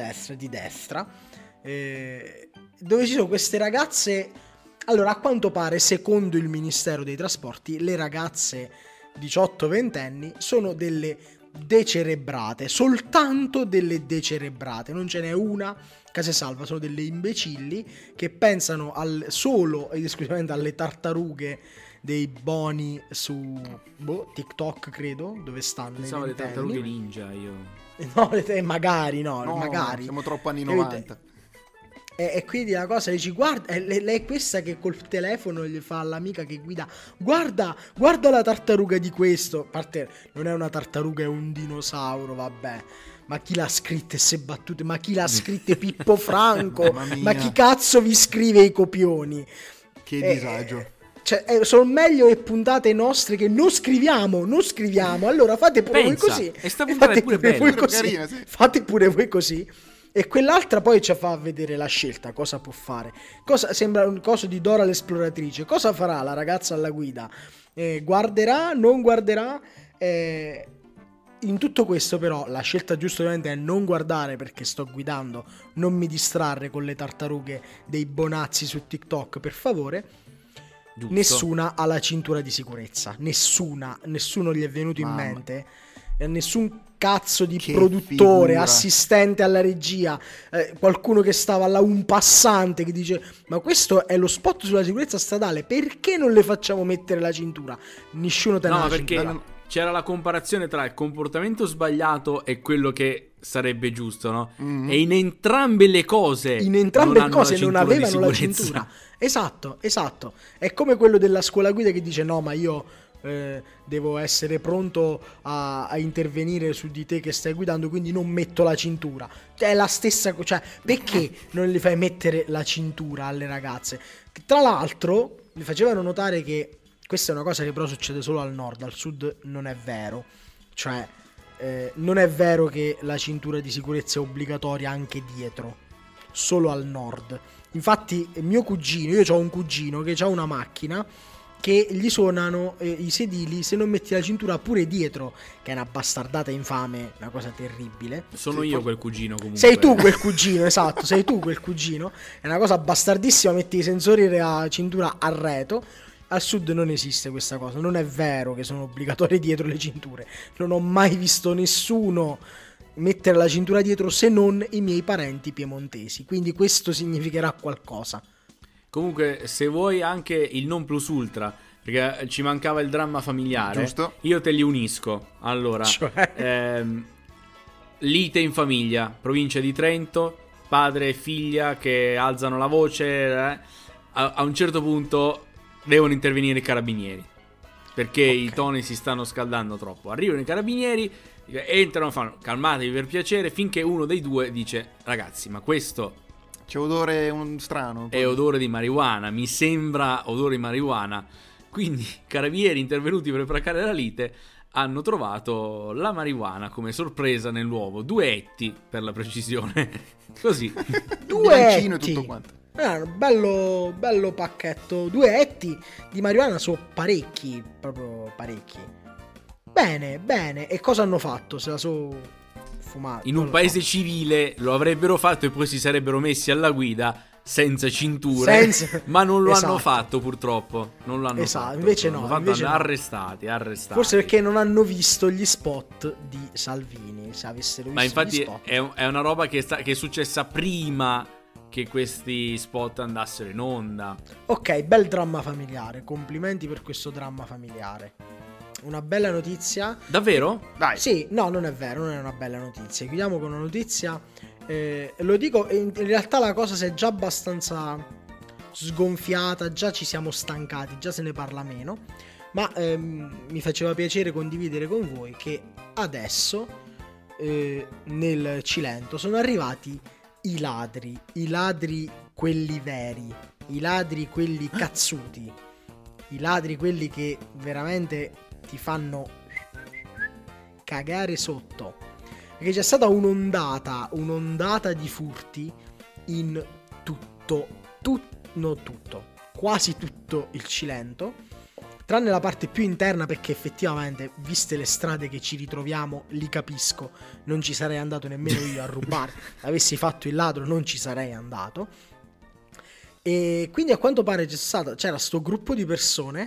dove ci sono queste ragazze. Allora, a quanto pare, secondo il Ministero dei Trasporti, le ragazze 18-20 anni sono delle decerebrate, soltanto delle decerebrate, non ce n'è una che si salva, sono delle imbecilli che pensano solo ed esclusivamente alle tartarughe dei boni su TikTok, credo, dove stanno Pensavo i le ventenni. tartarughe ninja io. No, magari No, magari. siamo troppo anni Capito? 90. E quindi la cosa dici, guarda, lei è questa che col telefono gli fa all'amica che guida, guarda la tartaruga di questo. A parte, non è una tartaruga, è un dinosauro, vabbè. Ma chi l'ha scritte se battute? Ma chi l'ha scritte Pippo Franco? Mamma mia. Ma chi cazzo vi scrive i copioni? Che disagio. Cioè, sono meglio le puntate nostre che non scriviamo. Allora fate pure Pensa, voi così. e sta puntata Fate è pure pure voi bella. così. Carina, sì. Fate pure voi così. E quell'altra poi ci fa vedere la scelta, cosa può fare. Sembra un coso di Dora l'esploratrice. Cosa farà la ragazza alla guida? Guarderà, non guarderà? In tutto questo però la scelta giusta ovviamente è non guardare, perché sto guidando, non mi distrarre con le tartarughe dei bonazzi su TikTok, per favore. Giusto. Nessuna ha la cintura di sicurezza, nessuno gli è venuto in Mamma. mente, nessun cazzo di Che produttore, figura. assistente alla regia, qualcuno che stava là, un passante che dice ma questo è lo spot sulla sicurezza stradale, perché non le facciamo mettere la cintura? Nessuno te ne No, ha ma la perché cintura. c'era la comparazione tra il comportamento sbagliato e quello che sarebbe giusto, no? Mhm. E in entrambe le cose In entrambe le hanno cose la non cintura di avevano la sicurezza. cintura. Esatto. È come quello della scuola guida che dice no, ma io devo essere pronto a intervenire su di te che stai guidando, quindi non metto la cintura. Cioè, è la stessa cosa. Cioè, perché non le fai mettere la cintura alle ragazze? Tra l'altro, mi facevano notare che questa è una cosa che però succede solo al nord, al sud non è vero. Cioè, non è vero che la cintura di sicurezza è obbligatoria anche dietro, solo al nord. Infatti mio cugino, io ho un cugino che ha una macchina che gli suonano i sedili se non metti la cintura pure dietro, che è una bastardata infame, una cosa terribile. Sono io quel cugino comunque. Sei tu quel cugino, esatto, sei tu quel cugino. È una cosa bastardissima, metti i sensori della cintura a reto. Al sud non esiste questa cosa, non è vero che sono obbligatorie dietro le cinture. Non ho mai visto nessuno mettere la cintura dietro se non i miei parenti piemontesi, quindi questo significherà qualcosa. Comunque, se vuoi anche il non plus ultra, perché ci mancava il dramma familiare, Giusto. io te li unisco. Allora, Cioè? lite in famiglia, provincia di Trento, padre e figlia che alzano la voce, a un certo punto devono intervenire i carabinieri, perché i toni si stanno scaldando troppo. Arrivano i carabinieri, entrano, fanno calmatevi per piacere, finché uno dei due dice ragazzi, ma questo C'è odore strano. è odore di marijuana, mi sembra odore di marijuana. Quindi carabinieri intervenuti per placare la lite hanno trovato la marijuana come sorpresa nell'uovo, 2 etti per la precisione. Così. Due Bilancino e etti. tutto quanto. Bello pacchetto. 2 etti di marijuana sono parecchi, proprio parecchi. Bene. E cosa hanno fatto? Se la so fumata. In un paese civile lo avrebbero fatto e poi si sarebbero messi alla guida senza cinture, ma non lo hanno Esatto. fatto purtroppo. Non lo hanno Esatto, fatto. invece L'hanno no, fatto, invece no. arrestati. Forse perché non hanno visto gli spot di Salvini. Se avessero visto Ma infatti gli spot. è una roba che è successa prima che questi spot andassero in onda. Ok, bel dramma familiare. Complimenti per questo dramma familiare. Una bella notizia. Davvero? Dai. Sì, no, non è vero, non è una bella notizia. Chiudiamo con una notizia. Lo dico, in realtà la cosa si è già abbastanza sgonfiata, già ci siamo stancati, già se ne parla meno. Ma mi faceva piacere condividere con voi che adesso nel Cilento sono arrivati i ladri quelli veri, i ladri quelli cazzuti, i ladri quelli che veramente ti fanno cagare sotto, perché c'è stata un'ondata di furti in quasi tutto il Cilento, tranne la parte più interna, perché effettivamente, viste le strade che ci ritroviamo, li capisco, non ci sarei andato nemmeno io a rubare. Avessi fatto il ladro non ci sarei andato. E quindi a quanto pare c'era sto gruppo di persone,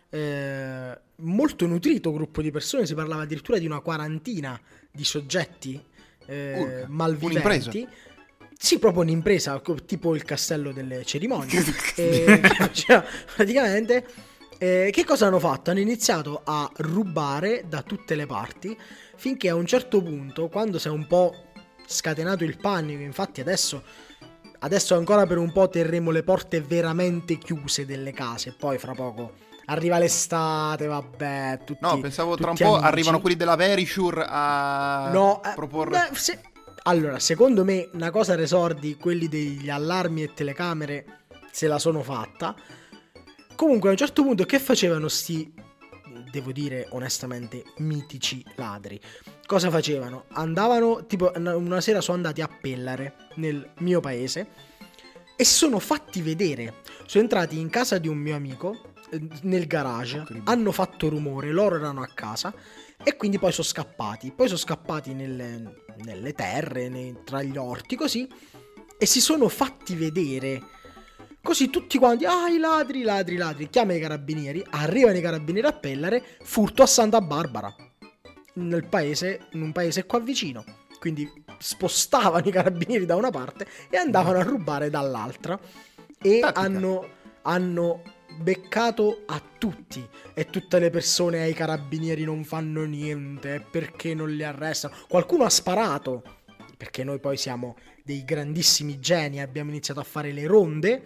molto nutrito gruppo di persone, si parlava addirittura di una quarantina di soggetti malviventi. Un'impresa. Sì, proprio un'impresa, tipo il castello delle cerimonie. Cioè, praticamente Che cosa hanno fatto? Hanno iniziato a rubare da tutte le parti, finché a un certo punto, quando si è un po' scatenato il panico, infatti adesso ancora per un po' terremo le porte veramente chiuse delle case, poi fra poco arriva l'estate, vabbè, tutti, No, pensavo tra un tutti po' amici. arrivano quelli della Verisure a proporre... Allora, secondo me una cosa resordi, quelli degli allarmi e telecamere se la sono fatta. Comunque a un certo punto che facevano sti, devo dire onestamente, mitici ladri? Cosa facevano? Andavano, tipo una sera sono andati a Pellare, nel mio paese, e sono fatti vedere. Sono entrati in casa di un mio amico, nel garage, hanno fatto rumore, loro erano a casa, e quindi poi sono scappati. Poi sono scappati nelle terre, tra gli orti, così, e si sono fatti vedere. Così tutti quanti, i ladri, chiama i carabinieri, arrivano i carabinieri a Pellare, furto a Santa Barbara, in un paese qua vicino. Quindi spostavano i carabinieri da una parte e andavano a rubare dall'altra. E hanno beccato a tutti, e tutte le persone ai carabinieri non fanno niente, perché non li arrestano. Qualcuno ha sparato, perché noi poi siamo dei grandissimi geni, abbiamo iniziato a fare le ronde.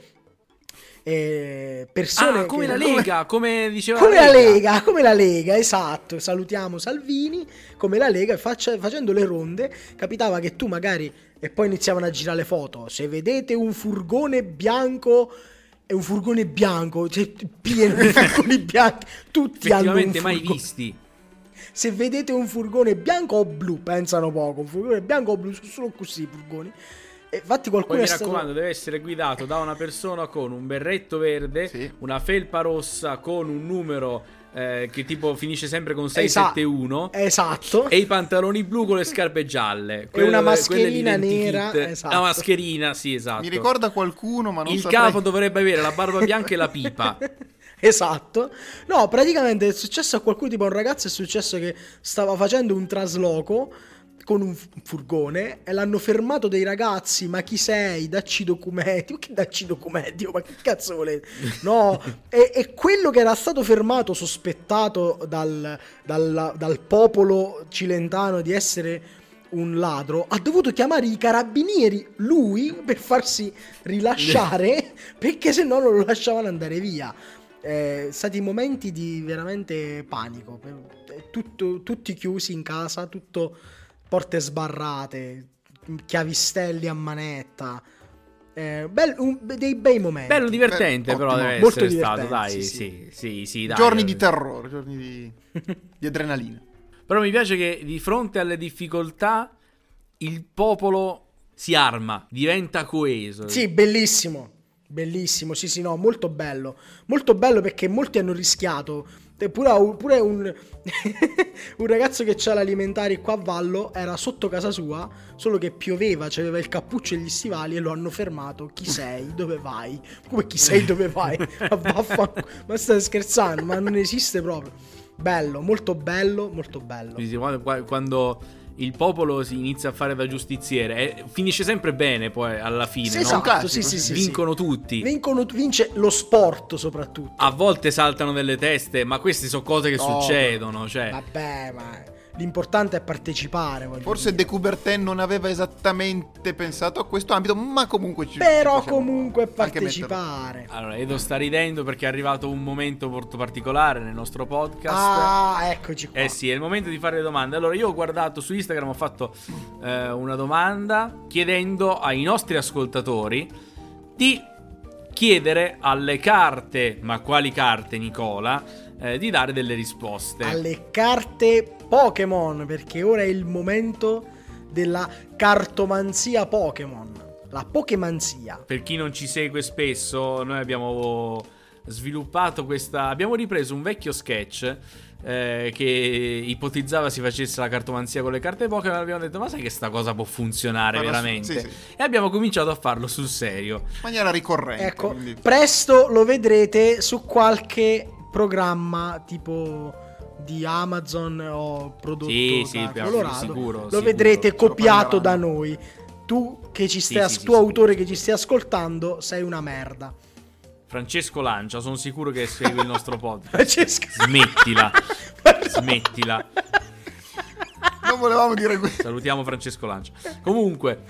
Persone come che, la Lega, come diceva come la Lega, esatto. Salutiamo Salvini. Come la Lega, facendo le ronde, capitava che tu magari, e poi iniziavano a girare le foto, se vedete un furgone bianco, è un furgone bianco, cioè pieno di furgoni bianchi, tutti hanno un furgone. mai visti. Se vedete un furgone bianco o blu, pensano poco, un furgone bianco o blu, sono solo così i furgoni. Infatti qualcuno poi mi raccomando, deve essere guidato da una persona con un berretto verde, Sì. una felpa rossa con un numero che tipo finisce sempre con 671, esatto, e i pantaloni blu con le scarpe gialle, e una mascherina l'identikit. nera, esatto. La mascherina, sì, esatto. Mi ricorda qualcuno, ma non il saprei. capo dovrebbe avere la barba bianca e la pipa. Esatto. No, praticamente è successo a qualcuno, tipo a un ragazzo è successo che stava facendo un trasloco con un furgone e l'hanno fermato dei ragazzi. Ma chi sei? Dacci i documenti. Ma che dacci i documenti? Ma che cazzo volete? No, e quello che era stato fermato, sospettato dal popolo cilentano di essere un ladro, ha dovuto chiamare i carabinieri lui per farsi rilasciare perché se no non lo lasciavano andare via. Stati momenti di veramente panico, tutti chiusi in casa, tutto porte sbarrate, chiavistelli a manetta, dei bei momenti. Bello divertente, però ottimo. deve Molto essere stato, divertente, dai, sì, dai. Giorni di terrore, giorni di adrenalina. Però mi piace che di fronte alle difficoltà il popolo si arma, diventa coeso. Sì, bellissimo, sì, no, molto bello perché molti hanno rischiato. Pure un un ragazzo che c'ha l'alimentari qua a Vallo era sotto casa sua, solo che pioveva, c'aveva il cappuccio e gli stivali e lo hanno fermato. Chi sei? Dove vai? Come chi sei? Dove vai? Ma stai scherzando? Ma non esiste proprio. Bello, molto bello. Sì, quando il popolo si inizia a fare da giustiziere finisce sempre bene poi alla fine, Sì, no? esatto, sì, Vincono tutti. Vince lo sport soprattutto. A volte saltano delle teste, ma queste sono cose che succedono, cioè. Vabbè, ma l'importante è partecipare. Forse De Coubertin non aveva esattamente pensato a questo ambito, ma comunque però possiamo comunque anche partecipare. Allora, Edo sta ridendo perché è arrivato un momento molto particolare nel nostro podcast. Ah, eccoci qua. Sì, è il momento di fare le domande. Allora, io ho guardato su Instagram, ho fatto una domanda chiedendo ai nostri ascoltatori di chiedere alle carte, ma quali carte, Nicola, di dare delle risposte. Alle carte Pokémon, perché ora è il momento della cartomanzia Pokémon. La Pokémanzia. Per chi non ci segue spesso, noi abbiamo sviluppato abbiamo ripreso un vecchio sketch che ipotizzava si facesse la cartomanzia con le carte Pokémon. Abbiamo detto, ma sai che sta cosa può funzionare veramente? Sì. E abbiamo cominciato a farlo sul serio. In maniera ricorrente. Ecco, quindi. presto lo vedrete su qualche programma tipo di Amazon o prodotto da Colorado. sicuro. Lo vedrete copiato lo da prenderanno. noi. Tu che ci stai Sì, tu autore che ci stai ascoltando sei una merda. Francesco Lancia, sono sicuro che segue il nostro podcast. Francesco. Smettila. Non volevamo dire questo. Salutiamo Francesco Lancia. Comunque,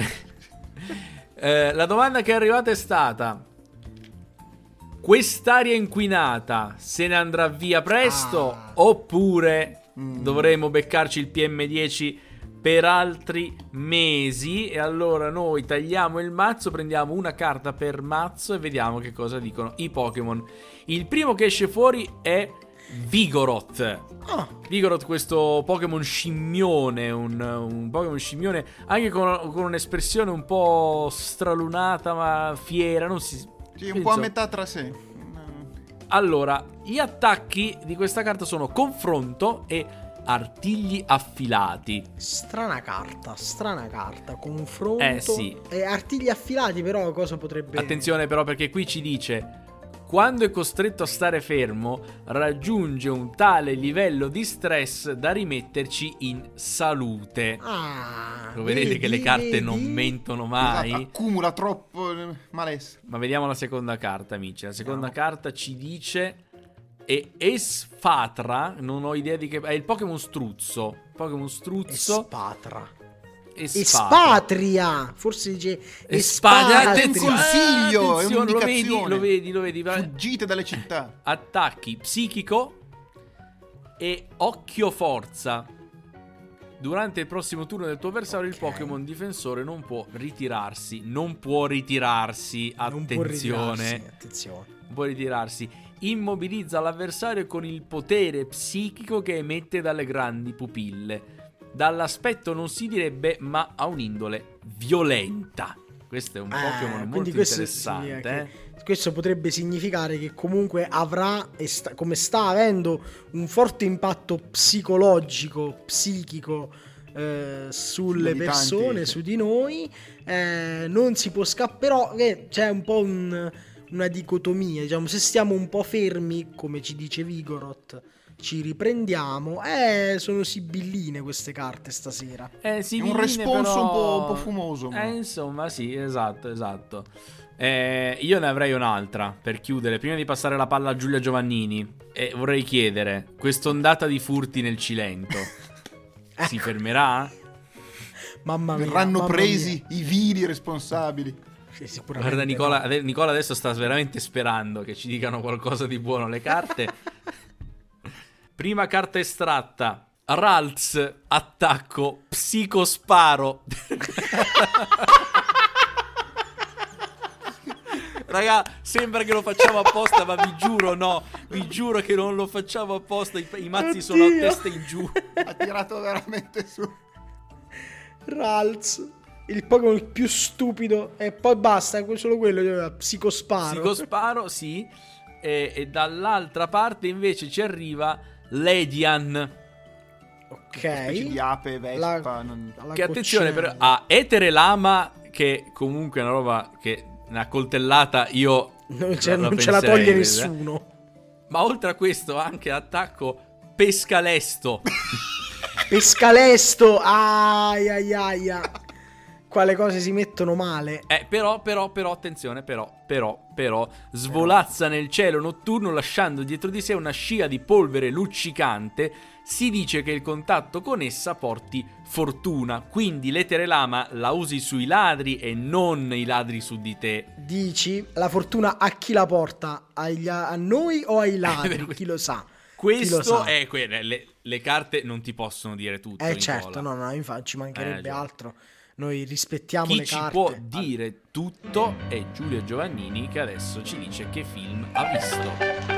la domanda che è arrivata è stata: quest'aria inquinata se ne andrà via presto oppure dovremo beccarci il PM10 per altri mesi? E allora noi tagliamo il mazzo, prendiamo una carta per mazzo e vediamo che cosa dicono i Pokémon. Il primo che esce fuori è Vigoroth. Vigoroth, questo Pokémon scimmione, un Pokémon scimmione anche con un'espressione un po' stralunata ma fiera, non si... Sì, un po' a metà tra sé. Allora, gli attacchi di questa carta sono confronto e artigli affilati. Strana carta, confronto. Sì. E artigli affilati, però cosa potrebbe... Attenzione però, perché qui ci dice: quando è costretto a stare fermo, raggiunge un tale livello di stress da rimetterci in salute. Lo vedete che le carte non mentono mai? Esatto, accumula troppo malessere. Ma vediamo la seconda carta, amici. La seconda carta ci dice... E Esfatra, non ho idea di che... È il Pokémon Struzzo. Espatria. Forse dice Espatria. Espatria. È un consiglio, è Attenzione, un'indicazione. lo vedi. Fuggite dalle città. Attacchi psichico e occhio forza. Durante il prossimo turno del tuo avversario, il Pokémon difensore non può ritirarsi. Attenzione. Non può ritirarsi. Immobilizza l'avversario con il potere psichico che emette dalle grandi pupille. Dall'aspetto non si direbbe, ma ha un'indole violenta. Questo è un Pokémon molto interessante. Questo potrebbe significare che comunque avrà, come sta avendo, un forte impatto psicologico, psichico sulle persone, su di noi. Non si può scappare, però c'è un po' una dicotomia, diciamo. Se stiamo un po' fermi, come ci dice Vigoroth, ci riprendiamo. Sono sibilline queste carte stasera. È un responso un po' fumoso. Insomma, sì, esatto. Io ne avrei un'altra per chiudere, prima di passare la palla a Giulia Giovannini. Vorrei chiedere: quest'ondata di furti nel Cilento si fermerà? Mamma mia, verranno presi i vili responsabili. Guarda, Nicola adesso sta veramente sperando che ci dicano qualcosa di buono le carte. Prima carta estratta: Ralts, attacco, psicosparo. Raga, sembra che lo facciamo apposta, ma vi giuro che non lo facciamo apposta. I mazzi sono a testa in giù. Ha tirato veramente su. Ralts, il Pokémon più stupido, e poi basta, solo quello. Psicosparo, sì. E dall'altra parte invece ci arriva Ledian. Ok. Una specie di ape, vespa. Che attenzione, però, ha Etere Lama, che comunque è una roba che una coltellata io non ce la toglie nessuno. Ma oltre a questo anche attacco Pescalesto. Pescalesto, ai. Quale cose si mettono male. Però attenzione, però svolazza nel cielo notturno lasciando dietro di sé una scia di polvere luccicante. Si dice che il contatto con essa porti fortuna, quindi l'Etere Lama la usi sui ladri e non i ladri su di te. Dici, la fortuna a chi la porta? A noi o ai ladri? Chi lo sa? Questo è le carte non ti possono dire tutto. Certo, no, infatti ci mancherebbe altro. Noi rispettiamo Chi le carte. Chi ci può dire tutto è Giulia Giovannini, che adesso ci dice che film ha visto.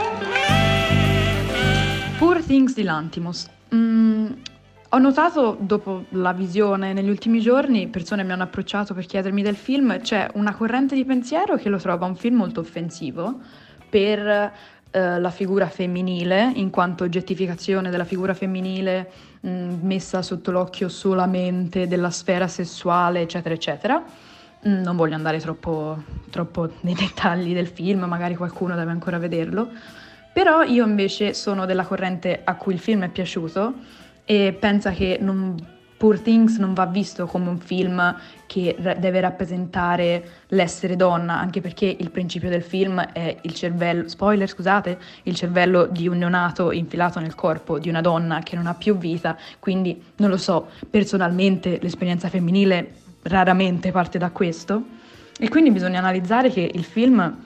Poor Things di Lantimos. Ho notato dopo la visione negli ultimi giorni, persone mi hanno approcciato per chiedermi del film. C'è una corrente di pensiero che lo trova un film molto offensivo per la figura femminile, in quanto oggettificazione della figura femminile messa sotto l'occhio solamente della sfera sessuale, eccetera eccetera. Non voglio andare troppo nei dettagli del film, magari qualcuno deve ancora vederlo, però io invece sono della corrente a cui il film è piaciuto e pensa che non Poor Things non va visto come un film che deve rappresentare l'essere donna, anche perché il principio del film è il cervello, spoiler scusate, il cervello di un neonato infilato nel corpo di una donna che non ha più vita, quindi non lo so, personalmente l'esperienza femminile raramente parte da questo e quindi bisogna analizzare che il film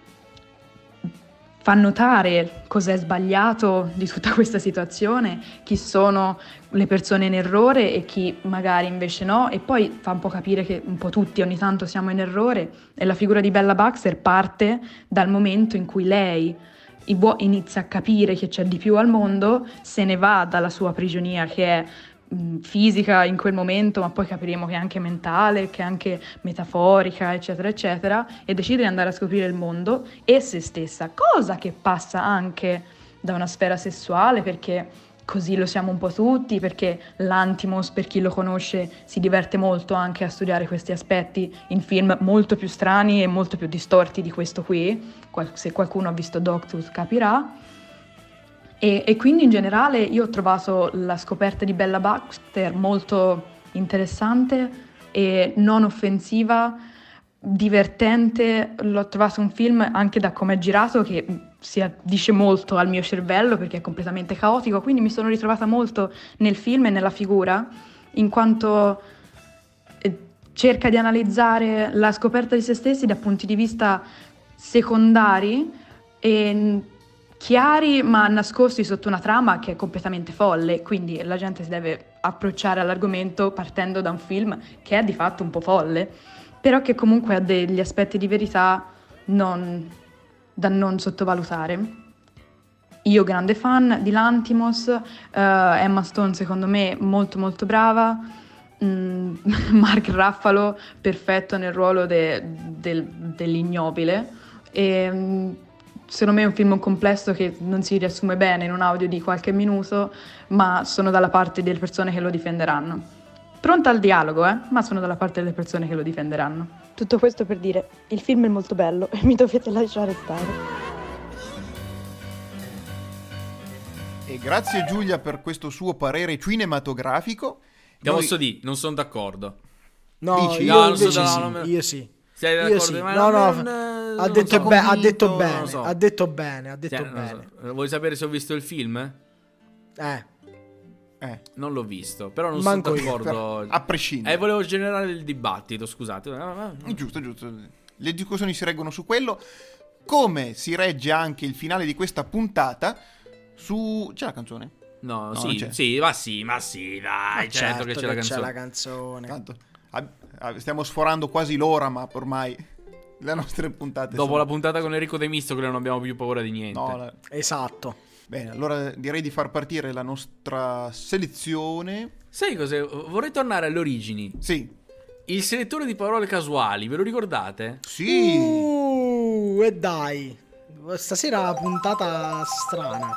fa notare cos'è sbagliato di tutta questa situazione, chi sono le persone in errore e chi magari invece no, e poi fa un po' capire che un po' tutti ogni tanto siamo in errore e la figura di Bella Baxter parte dal momento in cui lei inizia a capire che c'è di più al mondo, se ne va dalla sua prigionia che è fisica in quel momento, ma poi capiremo che è anche mentale, che è anche metaforica, eccetera, eccetera, e decide di andare a scoprire il mondo e se stessa, cosa che passa anche da una sfera sessuale, perché così lo siamo un po' tutti, perché l'Antimos, per chi lo conosce, si diverte molto anche a studiare questi aspetti in film molto più strani e molto più distorti di questo qui, se qualcuno ha visto Dogtooth capirà. E quindi in generale io ho trovato la scoperta di Bella Baxter molto interessante e non offensiva, divertente. L'ho trovato un film anche da come è girato che si addice molto al mio cervello perché è completamente caotico, quindi mi sono ritrovata molto nel film e nella figura, in quanto cerca di analizzare la scoperta di se stessi da punti di vista secondari e chiari ma nascosti sotto una trama che è completamente folle, quindi la gente si deve approcciare all'argomento partendo da un film che è di fatto un po' folle, però che comunque ha degli aspetti di verità da non sottovalutare. Io grande fan di Lanthimos, Emma Stone secondo me molto molto brava, Mark Ruffalo perfetto nel ruolo dell'ignobile e secondo me è un film complesso che non si riassume bene in un audio di qualche minuto, ma sono dalla parte delle persone che lo difenderanno. Pronta al dialogo, ma sono dalla parte delle persone che lo difenderanno. Tutto questo per dire, il film è molto bello e mi dovete lasciare stare. E grazie Giulia per questo suo parere cinematografico. Te posso dire, non sono d'accordo. No, Dici? io No, invece no, io sì. Sei Io d'accordo? sì. Ma No, non- ha non detto, sono ha convinto, detto non bene, lo so. ha detto bene, ha detto Cioè, non bene. so. Vuoi sapere se ho visto il film? Non l'ho visto, però non Manco sono io, d'accordo. A prescindere. Volevo generare il dibattito, scusate. Giusto. Le discussioni si reggono su quello. Come si regge anche il finale di questa puntata su... C'è la canzone? No, non sì, c'è. sì, ma sì, dai, certo che c'è la canzone. la canzone. Tanto, stiamo sforando quasi l'ora, ma ormai le nostre puntate Dopo sono... la puntata con Enrico De Misto che non abbiamo più paura di niente. No, Esatto. Bene, allora direi di far partire la nostra selezione. Sai cos'è? Vorrei tornare alle origini. Sì. Il selettore di parole casuali, ve lo ricordate? Sì. E dai. Stasera la puntata strana.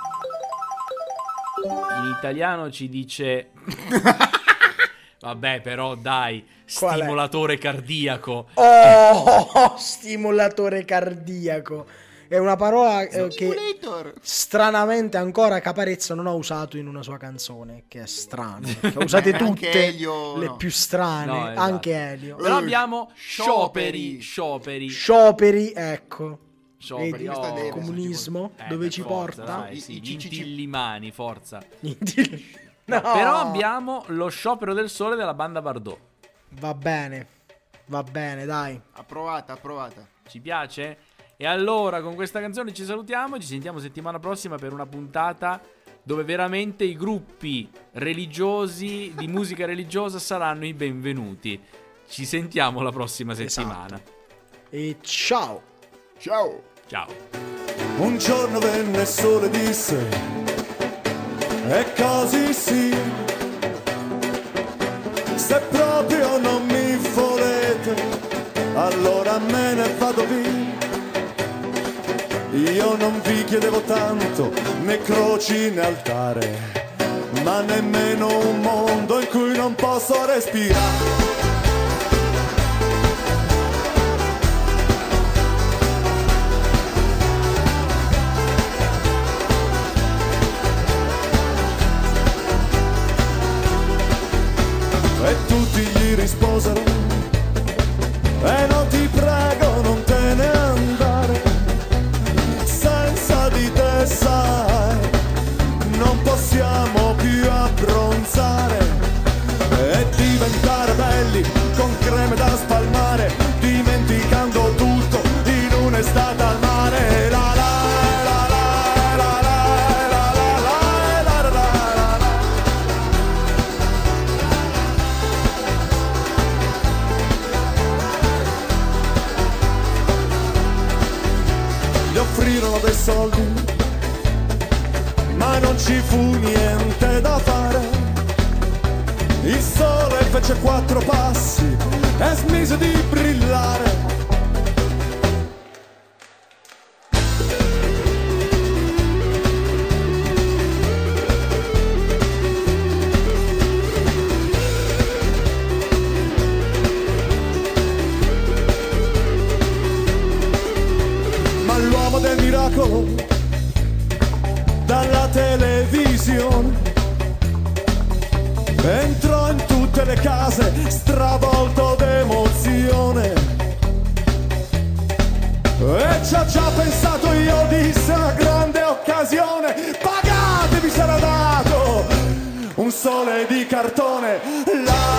In italiano ci dice... Vabbè, però dai, Qual è? stimolatore cardiaco. Oh, stimolatore cardiaco. È una parola che Simulator. stranamente ancora Caparezza non ha usato in una sua canzone, che è strano. Che usate Anche tutte Elio, le no. più strane, No, esatto. anche Elio. Però abbiamo scioperi. Scioperi, ecco. Scioperi, Vedi? Questa deve Comunismo, dove per ci forza, porta? Dai, sì, I gli CCC. intillimani, forza. No. Però abbiamo lo sciopero del sole della banda Bardot. Va bene, dai. Approvata. Ci piace? E allora con questa canzone ci salutiamo. Ci sentiamo settimana prossima per una puntata dove veramente i gruppi religiosi di musica religiosa saranno i benvenuti. Ci sentiamo la prossima settimana. E ciao. Ciao. Ciao. Un giorno venne il sole e disse, e così sì, se proprio non mi volete, allora me ne vado via. Io non vi chiedevo tanto, né croci né altare, ma nemmeno un mondo in cui non posso respirare. e non ti prego non te ne andare, senza di te sai non possiamo più abbronzare e diventare belli con creme da spalmare, dimenticando tutto in un'estate al mare. La la la la la la la la la la la la. Gli offrirono dei soldi, ma non ci fu niente da fare. Il sole fece 4 passi e smise di brillare. Ma l'uomo del miracolo dalla televisione entrò in tutte le case stravolto d'emozione e ci ho già pensato io, disse una grande occasione, pagatevi sarà dato un sole di cartone. La